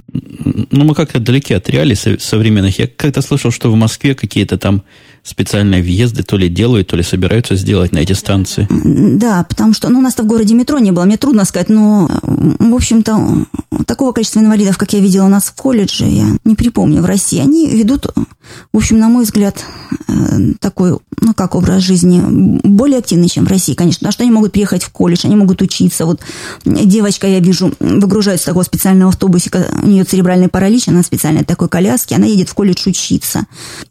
Ну, мы как-то далеки от реалий современных. Я как-то слышал, что в Москве какие-то там специальные въезды то ли делают, то ли собираются сделать на эти станции. Да, потому что у нас-то в городе метро не было, мне трудно сказать, но, в общем-то, такого количества инвалидов, как я видела у нас в колледже, я не припомню в России. Они ведут, в общем, на мой взгляд, такой, как образ жизни, более активный, чем в России, конечно, потому что они могут приехать в колледж, они могут учиться. Вот девочка, я вижу, выгружают с такого специального автобусика, у нее церебральный паралич, она в специальной такой коляске, она едет в колледж учиться.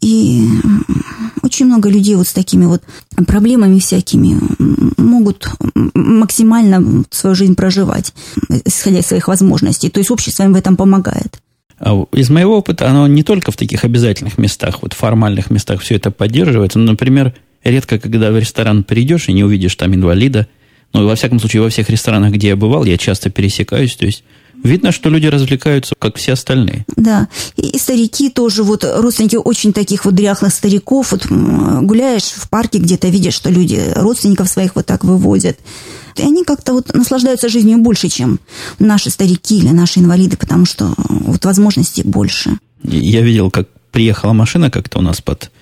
И очень много людей вот с такими вот проблемами всякими могут максимально свою жизнь проживать, исходя из своих возможностей. То есть общество им в этом помогает. А из моего опыта оно не только в таких обязательных местах, вот формальных местах все это поддерживается. Но, например, редко, когда в ресторан придешь и не увидишь там инвалида, ну, во всяком случае, во всех ресторанах, где я бывал, я часто пересекаюсь, то есть видно, что люди развлекаются, как все остальные. Да, и старики тоже, вот родственники очень таких вот дряхлых стариков, вот гуляешь в парке где-то, видишь, что люди родственников своих вот так вывозят, и они как-то вот наслаждаются жизнью больше, чем наши старики или наши инвалиды, потому что вот возможностей больше. Я видел, как приехала машина как-то у нас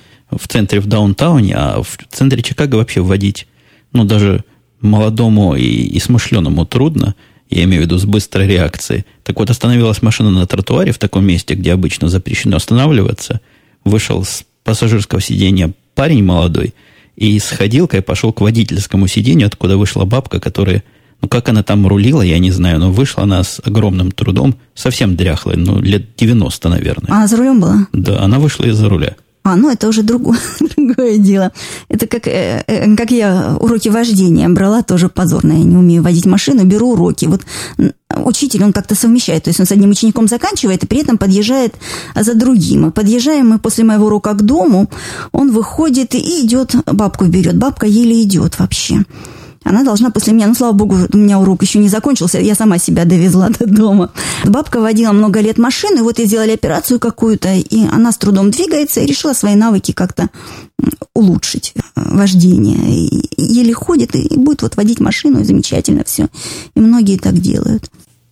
в центре, в даунтауне, а в центре Чикаго вообще водить, ну, даже молодому и смышленому трудно. Я имею в виду с быстрой реакцией. Так вот, остановилась машина на тротуаре в таком месте, где обычно запрещено останавливаться. Вышел с пассажирского сиденья парень молодой и с ходилкой пошел к водительскому сиденью, откуда вышла бабка, которая... Ну, как она там рулила, я не знаю, но вышла она с огромным трудом, совсем дряхлая, лет 90, наверное. Она за рулем была? Да, она вышла из-за руля. Это уже другое дело. Это как я уроки вождения брала, тоже позорно. Я не умею водить машину, беру уроки. Вот учитель, он как-то совмещает. То есть он с одним учеником заканчивает и при этом подъезжает за другим. И подъезжаем мы после моего урока к дому, он выходит и идет, бабку берет. Бабка еле идет вообще. Она должна после меня, слава богу, у меня урок еще не закончился, я сама себя довезла до дома. Бабка водила много лет машину, и вот ей сделали операцию какую-то, и она с трудом двигается, и решила свои навыки как-то улучшить, вождение. И еле ходит, и будет вот водить машину, и замечательно все. И многие так делают.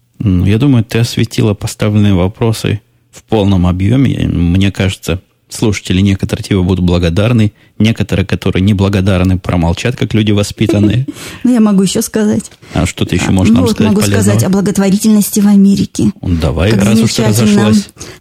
Я думаю, ты осветила поставленные вопросы в полном объеме. Мне кажется, слушатели некоторые тебе будут благодарны, некоторые, которые неблагодарны, промолчат, как люди воспитанные. Я могу еще сказать. А что ты еще можешь нам сказать полезного? Могу сказать о благотворительности в Америке. Давай, раз уж ты разошлась.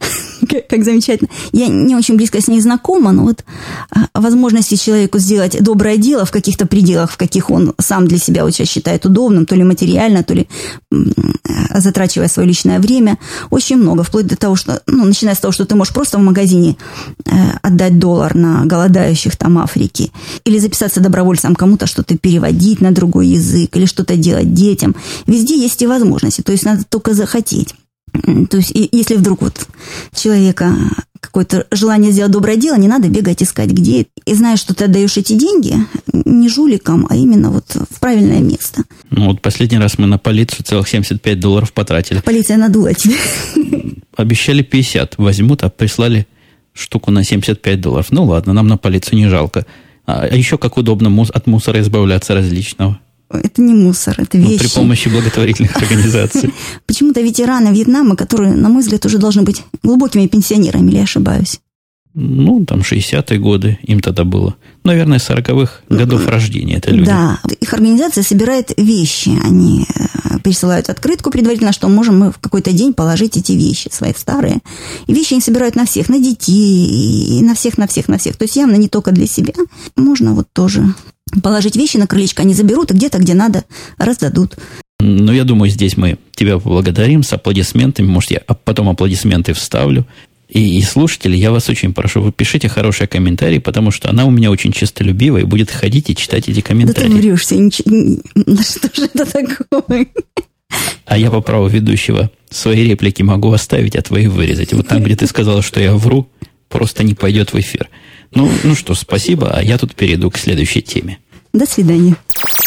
как замечательно. Я не очень близко с ней знакома, но вот возможности человеку сделать доброе дело в каких-то пределах, в каких он сам для себя вот сейчас считает удобным, то ли материально, то ли затрачивая свое личное время, очень много. Вплоть до того, что, начиная с того, что ты можешь просто в магазине отдать $1 на голодающих там Африки, или записаться добровольцем кому-то, что-то переводить на другой язык, или что-то делать детям. Везде есть и возможности, то есть надо только захотеть. То есть если вдруг вот человека какое-то желание сделать доброе дело, не надо бегать искать где. И знаешь, что ты отдаешь эти деньги не жуликам, а именно вот в правильное место. Вот последний раз мы на полицию целых $75 потратили. Полиция надула тебя. Обещали 50, возьмут, а прислали штуку на $75. Ну ладно, нам на полицию не жалко. А еще как удобно от мусора избавляться различного. Это не мусор, это вещи. При помощи благотворительных организаций. Почему-то ветераны Вьетнама, которые, на мой взгляд, уже должны быть глубокими пенсионерами, или я ошибаюсь? Там 60-е годы им тогда было. Наверное, 40-х годов рождения это люди. Да, их организация собирает вещи. Они присылают открытку предварительно, что можем мы в какой-то день положить эти вещи, свои старые. И вещи они собирают на всех, на детей, и на всех. То есть явно не только для себя. Можно вот тоже положить вещи на крылечко, они заберут, и где-то, где надо, раздадут. Я думаю, здесь мы тебя поблагодарим с аплодисментами. Может, я потом аплодисменты вставлю. И слушатели, я вас очень прошу, вы пишите хорошие комментарии, потому что она у меня очень честолюбивая и будет ходить и читать эти комментарии. Да ты врешься, что же это такое? А я по праву ведущего свои реплики могу оставить, а твои вырезать. Вот там, где ты сказала, что я вру, просто не пойдет в эфир. Ну что, спасибо, а я тут перейду к следующей теме. До свидания.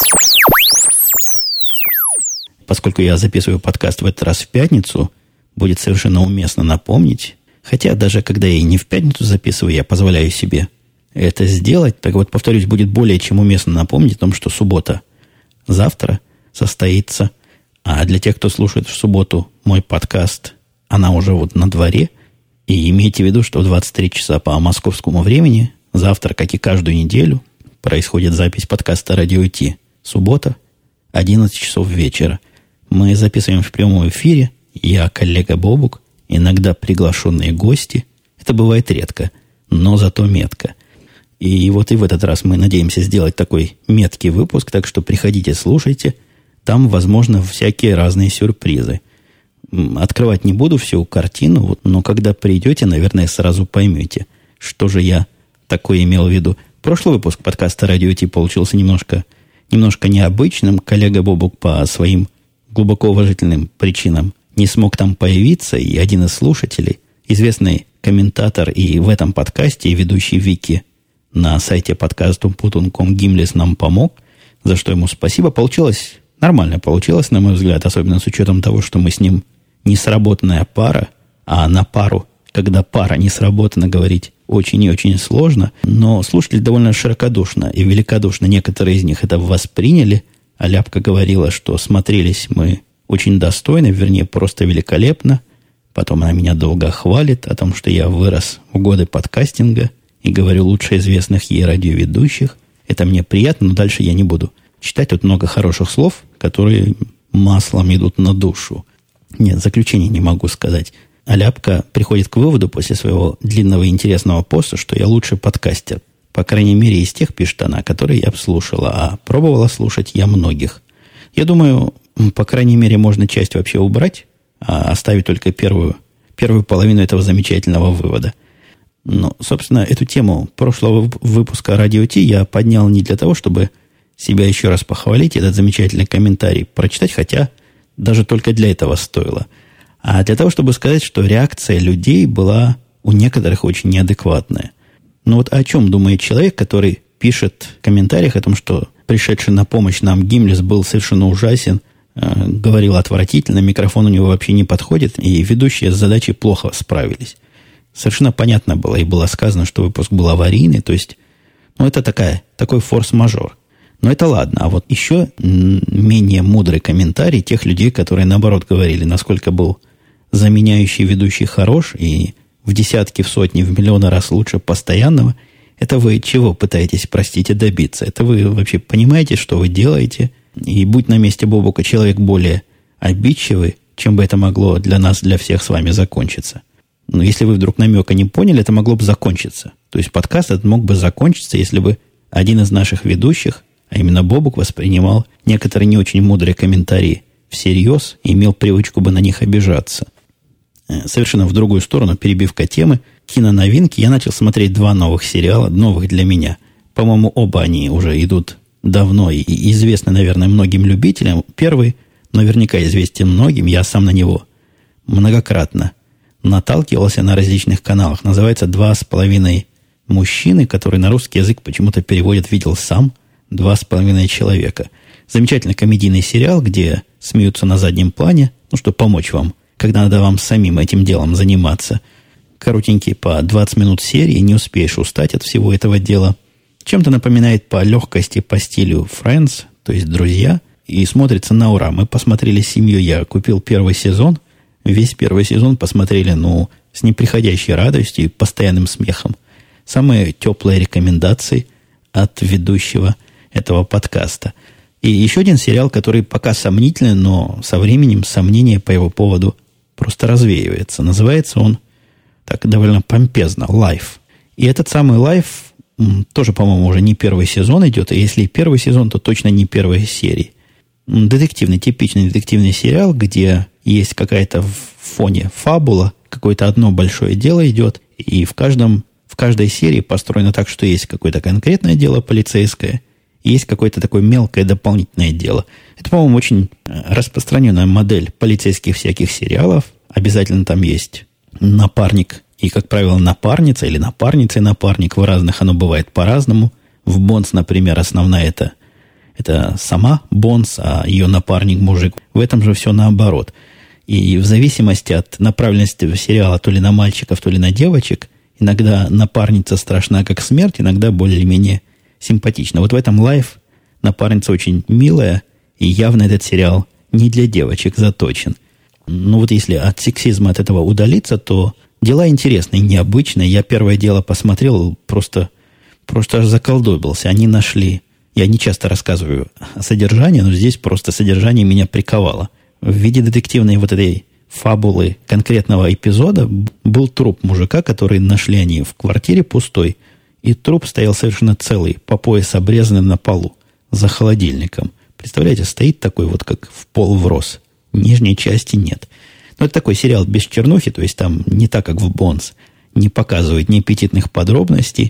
Поскольку я записываю подкаст в этот раз в пятницу, будет совершенно уместно напомнить, хотя даже когда я и не в пятницу записываю, я позволяю себе это сделать. Так вот, повторюсь, будет более чем уместно напомнить о том, что суббота завтра состоится. А для тех, кто слушает в субботу мой подкаст, она уже вот на дворе. И имейте в виду, что в 23 часа по московскому времени завтра, как и каждую неделю, происходит запись подкаста «Радио Ти». Суббота, 11 часов вечера. Мы записываем в прямом эфире. Я, коллега Бобук, иногда приглашенные гости. Это бывает редко, но зато метко. И вот и в этот раз мы надеемся сделать такой меткий выпуск, так что приходите, слушайте. Там, возможно, всякие разные сюрпризы. Открывать не буду всю картину, но когда придете, наверное, сразу поймете, что же я такое имел в виду. Прошлый выпуск подкаста «Радио Ти» получился немножко необычным. Коллега Бобук по своим глубоко уважительным причинам не смог там появиться, и один из слушателей, известный комментатор и в этом подкасте, и ведущий Вики на сайте подкасту.путун.ком Гимлес нам помог, за что ему спасибо. Получилось нормально, на мой взгляд, особенно с учетом того, что мы с ним не сработанная пара, а на пару, когда пара не сработана, говорить очень и очень сложно. Но слушатели довольно широкодушно и великодушно, некоторые из них это восприняли. А Ляпка говорила, что смотрелись мы очень достойно, вернее, просто великолепно. Потом она меня долго хвалит о том, что я вырос в годы подкастинга и говорю лучше известных ей радиоведущих. Это мне приятно, но дальше я не буду читать. Тут много хороших слов, которые маслом идут на душу. Нет, заключение не могу сказать. А Ляпка приходит к выводу после своего длинного и интересного поста, что я лучший подкастер. По крайней мере, из тех, пишет она, которые я слушала, а пробовала слушать я многих. Я думаю, по крайней мере, можно часть вообще убрать, а оставить только первую половину этого замечательного вывода. Но, собственно, эту тему прошлого выпуска «Радио Ти» я поднял не для того, чтобы себя еще раз похвалить, этот замечательный комментарий прочитать, хотя даже только для этого стоило, а для того, чтобы сказать, что реакция людей была у некоторых очень неадекватная. Но вот о чем думает человек, который пишет в комментариях о том, что пришедший на помощь нам Гимлес был совершенно ужасен, говорил отвратительно, микрофон у него вообще не подходит, и ведущие с задачей плохо справились. Совершенно понятно было, и было сказано, что выпуск был аварийный, то есть, это такой форс-мажор. Но это ладно. А вот еще менее мудрый комментарий тех людей, которые, наоборот, говорили, насколько был заменяющий ведущий хорош и в десятки, в сотни, в миллионы раз лучше постоянного. Это вы чего пытаетесь, простите, добиться? Это вы вообще понимаете, что вы делаете? И будь на месте Бобука человек более обидчивый, чем бы это могло для нас, для всех с вами закончиться. Но если вы вдруг намека не поняли, это могло бы закончиться. То есть подкаст этот мог бы закончиться, если бы один из наших ведущих, а именно Бобук, воспринимал некоторые не очень мудрые комментарии всерьез и имел привычку бы на них обижаться. Совершенно в другую сторону, перебивка темы, киноновинки, я начал смотреть 2 новых сериала, новых для меня. По-моему, оба они уже идут давно и известны, наверное, многим любителям. Первый наверняка известен многим, я сам на него многократно наталкивался на различных каналах. Называется «2,5 мужчины», который на русский язык почему-то переводят «видел сам», 2,5 человека. Замечательный комедийный сериал, где смеются на заднем плане, чтобы помочь вам, когда надо вам самим этим делом заниматься. Коротенький, по 20 минут серии, не успеешь устать от всего этого дела. Чем-то напоминает по легкости, по стилю Friends, то есть «Друзья», и смотрится на ура. Мы посмотрели с семьей, я купил первый сезон, весь первый сезон посмотрели, с неприходящей радостью и постоянным смехом. Самые теплые рекомендации от ведущего этого подкаста. И еще один сериал, который пока сомнительный, но со временем сомнение по его поводу просто развеивается. Называется он так довольно помпезно «Life». И этот самый «Life» тоже, по-моему, уже не первый сезон идет. И если и первый сезон, то точно не первая серия. Детективный, типичный детективный сериал, где есть какая-то в фоне фабула, какое-то одно большое дело идет, и в каждой серии построено так, что есть какое-то конкретное дело полицейское, и есть какое-то такое мелкое дополнительное дело. Это, по-моему, очень распространенная модель полицейских всяких сериалов. Обязательно там есть напарник и, как правило, напарница или напарница и напарник. В разных оно бывает по-разному. В «Бонс», например, основная это сама Бонс, а ее напарник мужик. В этом же все наоборот. И в зависимости от направленности сериала то ли на мальчиков, то ли на девочек, иногда напарница страшна как смерть, иногда более-менее симпатична. Вот в этом «Лайф» напарница очень милая, и явно этот сериал не для девочек заточен. Вот если от сексизма от этого удалиться, то дела интересные, необычные. Я первое дело посмотрел, просто аж заколдобился. Они нашли... Я не часто рассказываю о содержании, но здесь просто содержание меня приковало. В виде детективной вот этой фабулы конкретного эпизода был труп мужика, который нашли они в квартире пустой, и труп стоял совершенно целый, по пояс обрезанный на полу, за холодильником. Представляете, стоит такой вот, как в пол врос. Нижней части нет. Но это такой сериал без чернухи, то есть там не так, как в «Бонс», не показывает ни аппетитных подробностей,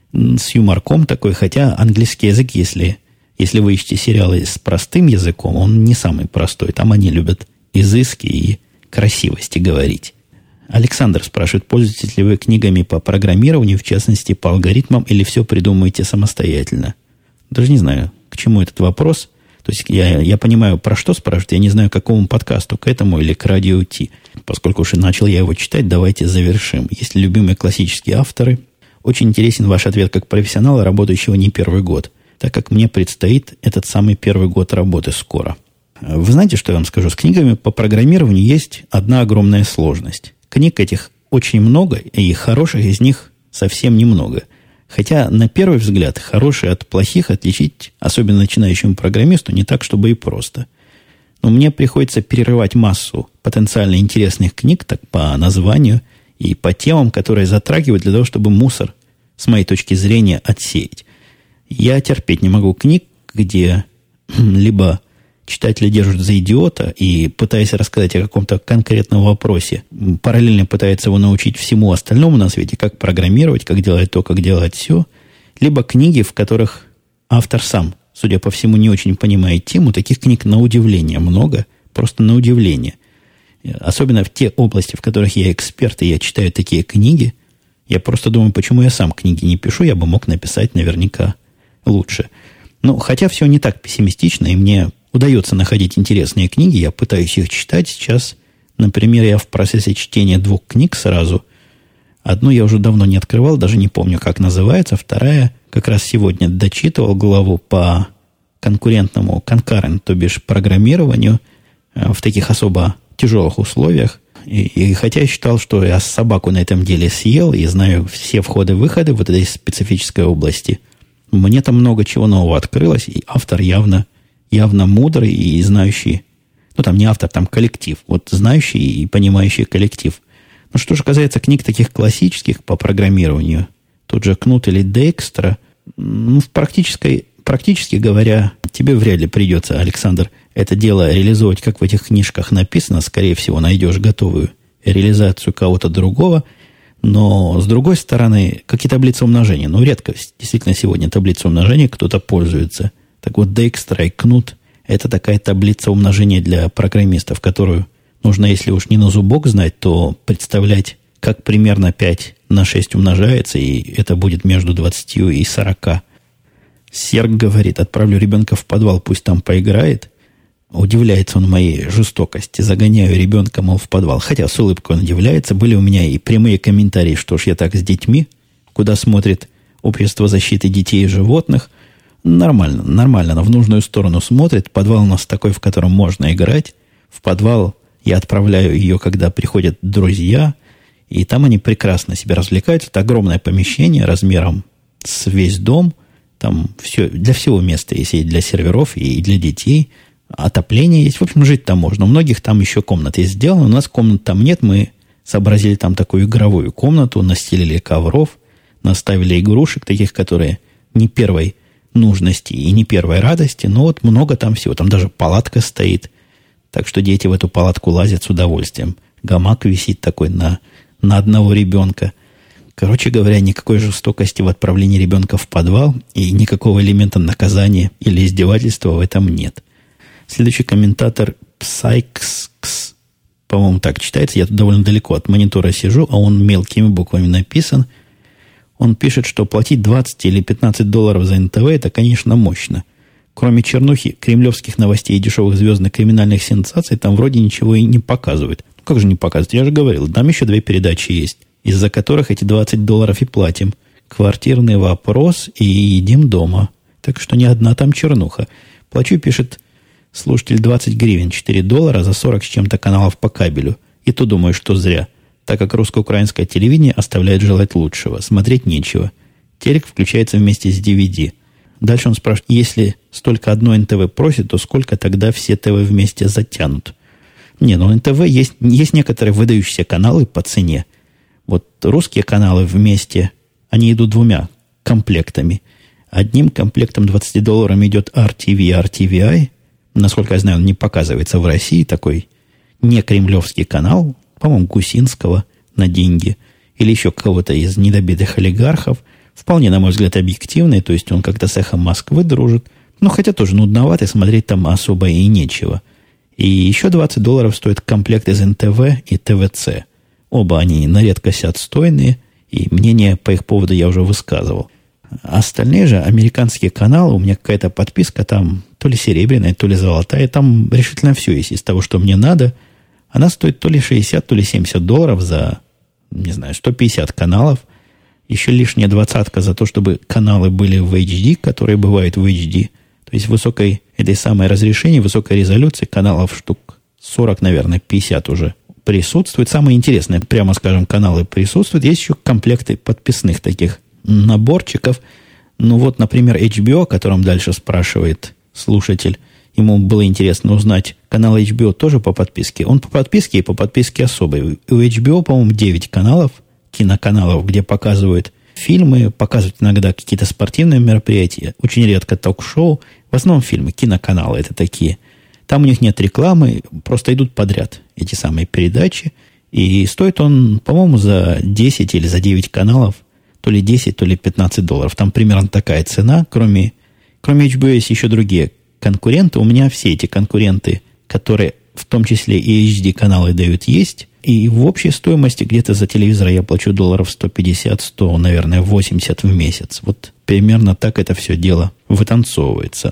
с юморком такой, хотя английский язык, если вы ищете сериалы с простым языком, он не самый простой. Там они любят изыски и красивости говорить. Александр спрашивает, пользуетесь ли вы книгами по программированию, в частности, по алгоритмам, или все придумываете самостоятельно? Даже не знаю, к чему этот вопрос. То есть я понимаю, про что спрашивают, я не знаю, к какому подкасту, к этому или к Радио Ти. Поскольку уж и начал я его читать, давайте завершим. Есть ли любимые классические авторы? Очень интересен ваш ответ как профессионала, работающего не первый год, так как мне предстоит этот самый первый год работы скоро. Вы знаете, что я вам скажу? С книгами по программированию есть одна огромная сложность. Книг этих очень много, и хороших из них совсем немного. Хотя, на первый взгляд, хорошие от плохих отличить, особенно начинающему программисту, не так, чтобы и просто. Но мне приходится перерывать массу потенциально интересных книг, так по названию, и по темам, которые затрагивают, для того, чтобы мусор, с моей точки зрения, отсеять. Я терпеть не могу книг, где либо читатели держат за идиота и, пытаясь рассказать о каком-то конкретном вопросе, параллельно пытаются его научить всему остальному на свете, как программировать, как делать то, как делать все, либо книги, в которых автор сам, судя по всему, не очень понимает тему. Таких книг на удивление много, просто на удивление. Особенно в те области, в которых я эксперт, и я читаю такие книги, я просто думаю, почему я сам книги не пишу, я бы мог написать наверняка лучше. Хотя все не так пессимистично, и мне удается находить интересные книги, я пытаюсь их читать. Сейчас, например, я в процессе чтения 2 книг сразу. Одну я уже давно не открывал, даже не помню, как называется. Вторая как раз сегодня дочитывал главу по конкурентному, concurrent, то бишь программированию в таких особо тяжелых условиях. И хотя я считал, что я собаку на этом деле съел и знаю все входы-выходы в этой специфической области, мне там много чего нового открылось, и автор явно мудрый и знающий, там не автор, там коллектив, знающий и понимающий коллектив Ну, что же касается книг таких классических по программированию, тот же Кнут или Дейкстра, ну, практически говоря, тебе вряд ли придется, Александр, это дело реализовать, как в этих книжках написано. Скорее всего, найдешь готовую реализацию кого-то другого. Но, с другой стороны, какие таблицы умножения? Ну, редко действительно сегодня таблица умножения кто-то пользуется. Так вот, Дейкстра и Кнут – это такая таблица умножения для программистов, которую нужно, если уж не на зубок знать, то представлять, как примерно 5 на 6 умножается, и это будет между 20 и 40. Серг говорит, отправлю ребенка в подвал, пусть там поиграет. Удивляется он моей жестокости. Загоняю ребенка, мол, в подвал. Хотя с улыбкой он удивляется. Были у меня и прямые комментарии, что ж я так с детьми, куда смотрит Общество защиты детей и животных. Нормально, но в нужную сторону смотрит. Подвал у нас такой, в котором можно играть. В подвал я отправляю ее, когда приходят друзья, и там они прекрасно себя развлекаются. Это огромное помещение размером с весь дом. Там все, для всего места есть, и для серверов, и для детей. Отопление есть. В общем, жить там можно. У многих там еще комнаты есть сделаны. У нас комнат там нет. Мы сообразили там такую игровую комнату, настелили ковров, наставили игрушек, таких, которые не первой нужности и не первой радости. Но вот много там всего. Там даже палатка стоит. Так что дети в эту палатку лазят с удовольствием. Гамак висит такой на одного ребенка. Короче говоря, никакой жестокости в отправлении ребенка в подвал и никакого элемента наказания или издевательства в этом нет. Следующий комментатор Psyx, по-моему, так читается. Я тут довольно далеко от монитора сижу, а он мелкими буквами написан. Он пишет, что платить 20 или 15 долларов за НТВ – это, конечно, мощно. Кроме чернухи, кремлевских новостей и дешевых звездных криминальных сенсаций, там вроде ничего и не показывают. Ну, как же не показывают? Я же говорил, там еще 2 передачи есть, из-за которых эти 20 долларов и платим. «Квартирный вопрос» и «Едим дома». Так что не одна там чернуха. Плачу, пишет слушатель, 20 гривен, 4 доллара за 40 с чем-то каналов по кабелю. И то думаю, что зря, так как русско-украинское телевидение оставляет желать лучшего. Смотреть нечего. Телек включается вместе с DVD. Дальше он спрашивает, если столько одно НТВ просит, то сколько тогда все ТВ вместе затянут? Не, ну НТВ есть некоторые выдающиеся каналы по цене. Вот русские каналы вместе, они идут 2 комплектами. Одним комплектом 20 долларов идет RTV, RTVI. Насколько я знаю, он не показывается в России. Такой не кремлевский канал, по-моему, Гусинского на деньги. Или еще кого-то из недобитых олигархов. Вполне, на мой взгляд, объективный. То есть он как-то с «Эхом Москвы» дружит. Ну, хотя тоже нудновато, смотреть там особо и нечего. И еще 20 долларов стоит комплект из НТВ и ТВЦ. Оба они на редкость отстойные. И мнение по их поводу я уже высказывал. Остальные же американские каналы, у меня какая-то подписка там то ли серебряная, то ли золотая. Там решительно все есть из того, что мне надо. Она стоит то ли 60, то ли 70 долларов за, не знаю, 150 каналов. Еще лишняя 20 за то, чтобы каналы были в HD, которые бывают в HD. То есть высокой, этой самой разрешении, высокой резолюции каналов штук 40, наверное, 50 уже присутствует. Самое интересное, прямо скажем, каналы присутствуют. Есть еще комплекты подписных таких наборчиков. Ну вот, например, HBO, о котором дальше спрашивает слушатель. Ему было интересно узнать, канал HBO тоже по подписке. Он по подписке и по подписке особой. У HBO, по-моему, 9 каналов, киноканалов, где показывают фильмы, показывают иногда какие-то спортивные мероприятия. Очень редко ток-шоу. В основном фильмы, киноканалы это такие. Там у них нет рекламы, просто идут подряд эти самые передачи. И стоит он, по-моему, за 10 или за 9 каналов то ли 10, то ли 15 долларов. Там примерно такая цена. Кроме HBO есть еще другие конкуренты. У меня все эти конкуренты, которые в том числе и HD-каналы дают, есть. И в общей стоимости где-то за телевизор я плачу долларов 150, 100, наверное, 80 в месяц. Вот примерно так это все дело вытанцовывается.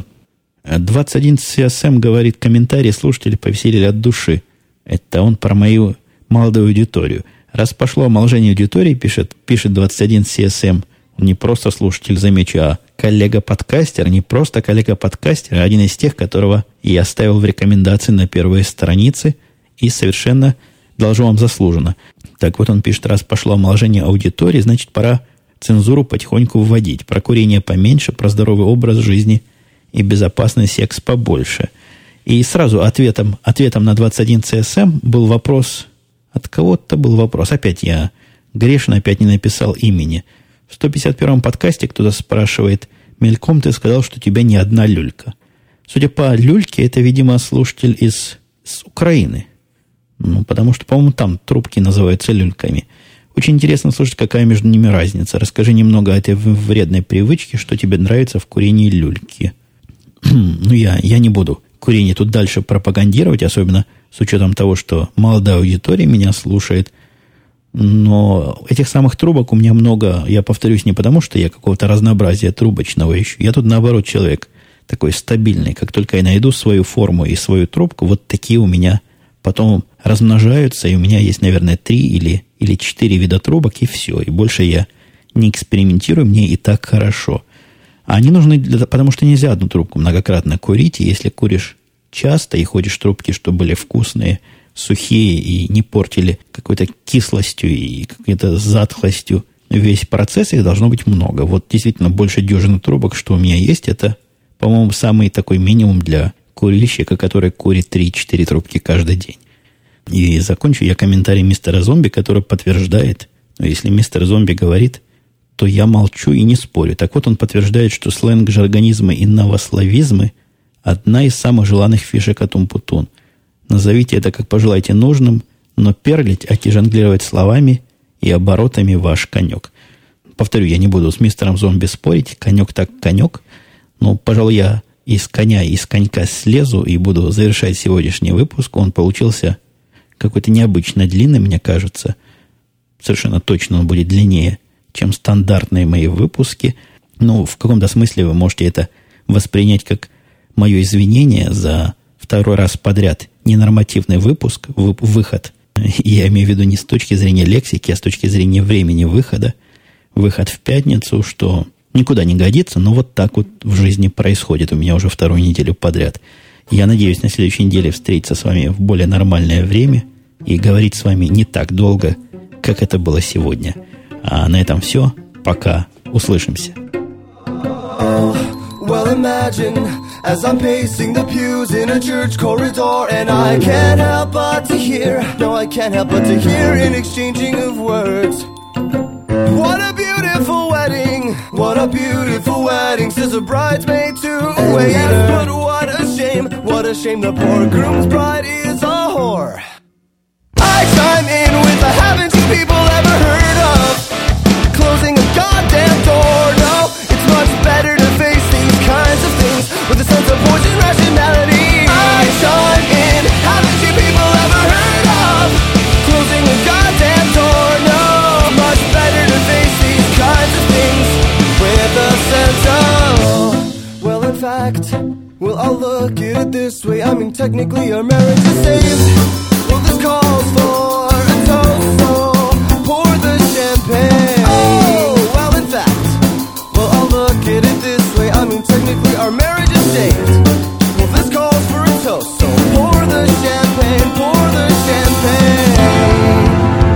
21 CSM говорит, комментарии слушатели повеселили от души. Это он про мою молодую аудиторию. Раз пошло омоложение аудитории, пишет 21 CSM, он не просто слушатель, замечу, а коллега-подкастер, не просто коллега-подкастер, а один из тех, которого я оставил в рекомендации на первые страницы, и совершенно должно вам заслуженно. Так вот он пишет, раз пошло омоложение аудитории, значит, пора цензуру потихоньку вводить. Про курение поменьше, про здоровый образ жизни и безопасный секс побольше. И сразу ответом на 21 CSM был вопрос От кого-то был вопрос. Опять я грешно опять не написал имени. В 151-м подкасте кто-то спрашивает, мельком ты сказал, что у тебя не одна люлька. Судя по люльке, это, видимо, слушатель из Украины. Ну, потому что, по-моему, там трубки называются люльками. Очень интересно слушать, какая между ними разница. Расскажи немного о этой вредной привычке, что тебе нравится в курении люльки. Ну, я не буду курение тут дальше пропагандировать, особенно с учетом того, что молодая аудитория меня слушает. Но этих самых трубок у меня много, я повторюсь, не потому, что я какого-то разнообразия трубочного ищу. Я тут, наоборот, человек такой стабильный. Как только я найду свою форму и свою трубку, вот такие у меня потом размножаются, и у меня есть, наверное, 3 или 4 вида трубок, и все. И больше я не экспериментирую, мне и так хорошо. А они нужны, потому что нельзя одну трубку многократно курить, и если куришь часто и ходишь трубки, чтобы были вкусные, сухие и не портили какой-то кислостью и какой-то затхлостью весь процесс, их должно быть много. Вот действительно больше дюжины трубок, что у меня есть, это, по-моему, самый такой минимум для курильщика, который курит 3-4 трубки каждый день. И закончу я комментарием мистера Зомби, который подтверждает, если мистер Зомби говорит, то я молчу и не спорю. Так вот, он подтверждает, что сленг, жаргонизмы и новословизмы – одна из самых желанных фишек от Умпутун. Назовите это, как пожелаете, нужным, но перлить, аки жонглировать словами и оборотами ваш конек. Повторю, я не буду с мистером Зомби спорить, конек так конек, но, пожалуй, я из конька слезу и буду завершать сегодняшний выпуск. Он получился какой-то необычно длинный, мне кажется. Совершенно точно он будет длиннее, чем стандартные мои выпуски. Но в каком-то смысле вы можете это воспринять как мое извинение за второй раз подряд ненормативный выход. Я имею в виду не с точки зрения лексики, а с точки зрения времени выхода. Выход в пятницу, что никуда не годится, но вот так вот в жизни происходит у меня уже вторую неделю подряд. Я надеюсь на следующей неделе встретиться с вами в более нормальное время и говорить с вами не так долго, как это было сегодня. А на этом все. Пока. Услышимся. Well, imagine as I'm pacing the pews in a church corridor, and I can't help but to hear, no, I can't help but to hear an exchanging of words. What a beautiful wedding, what a beautiful wedding, says a bridesmaid to a waiter. Yes, but what a shame, the poor groom's bride is a whore. I chime in with a haven't you people ever heard of closing a goddamn door? No, it's much better to face these kinds of things with a sense of poison rationality. I chime in, haven't you people ever heard of closing a goddamn door? No, it's much better to face these kinds of things with a sense of, well, in fact, well, I'll look at it this way. I mean, technically our marriage is saved. Well, this calls for a toast, so pour the champagne. Oh, well, in fact, well, I'll look at it this way. I mean, technically our marriage is saved. Well, this calls for a toast, so pour the champagne, pour the champagne.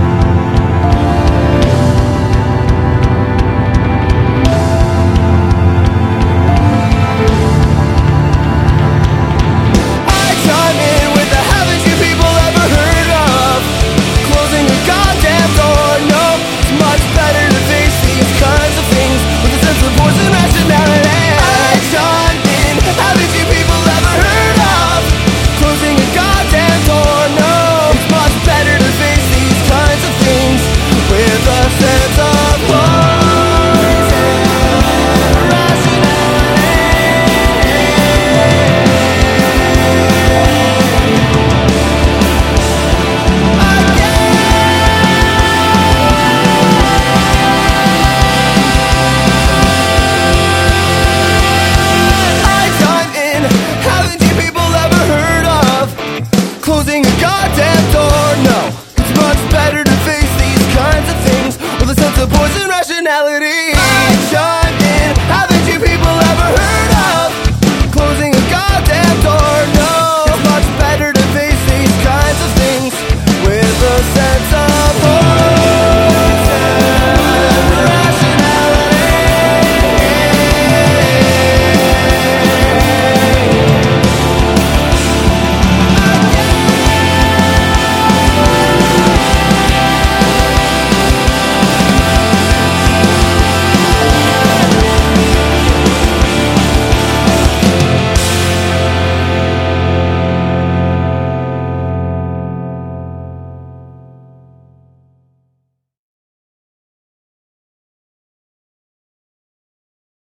Closing a goddamn door, no. It's much better to face these kinds of things with a sense of poison rationality.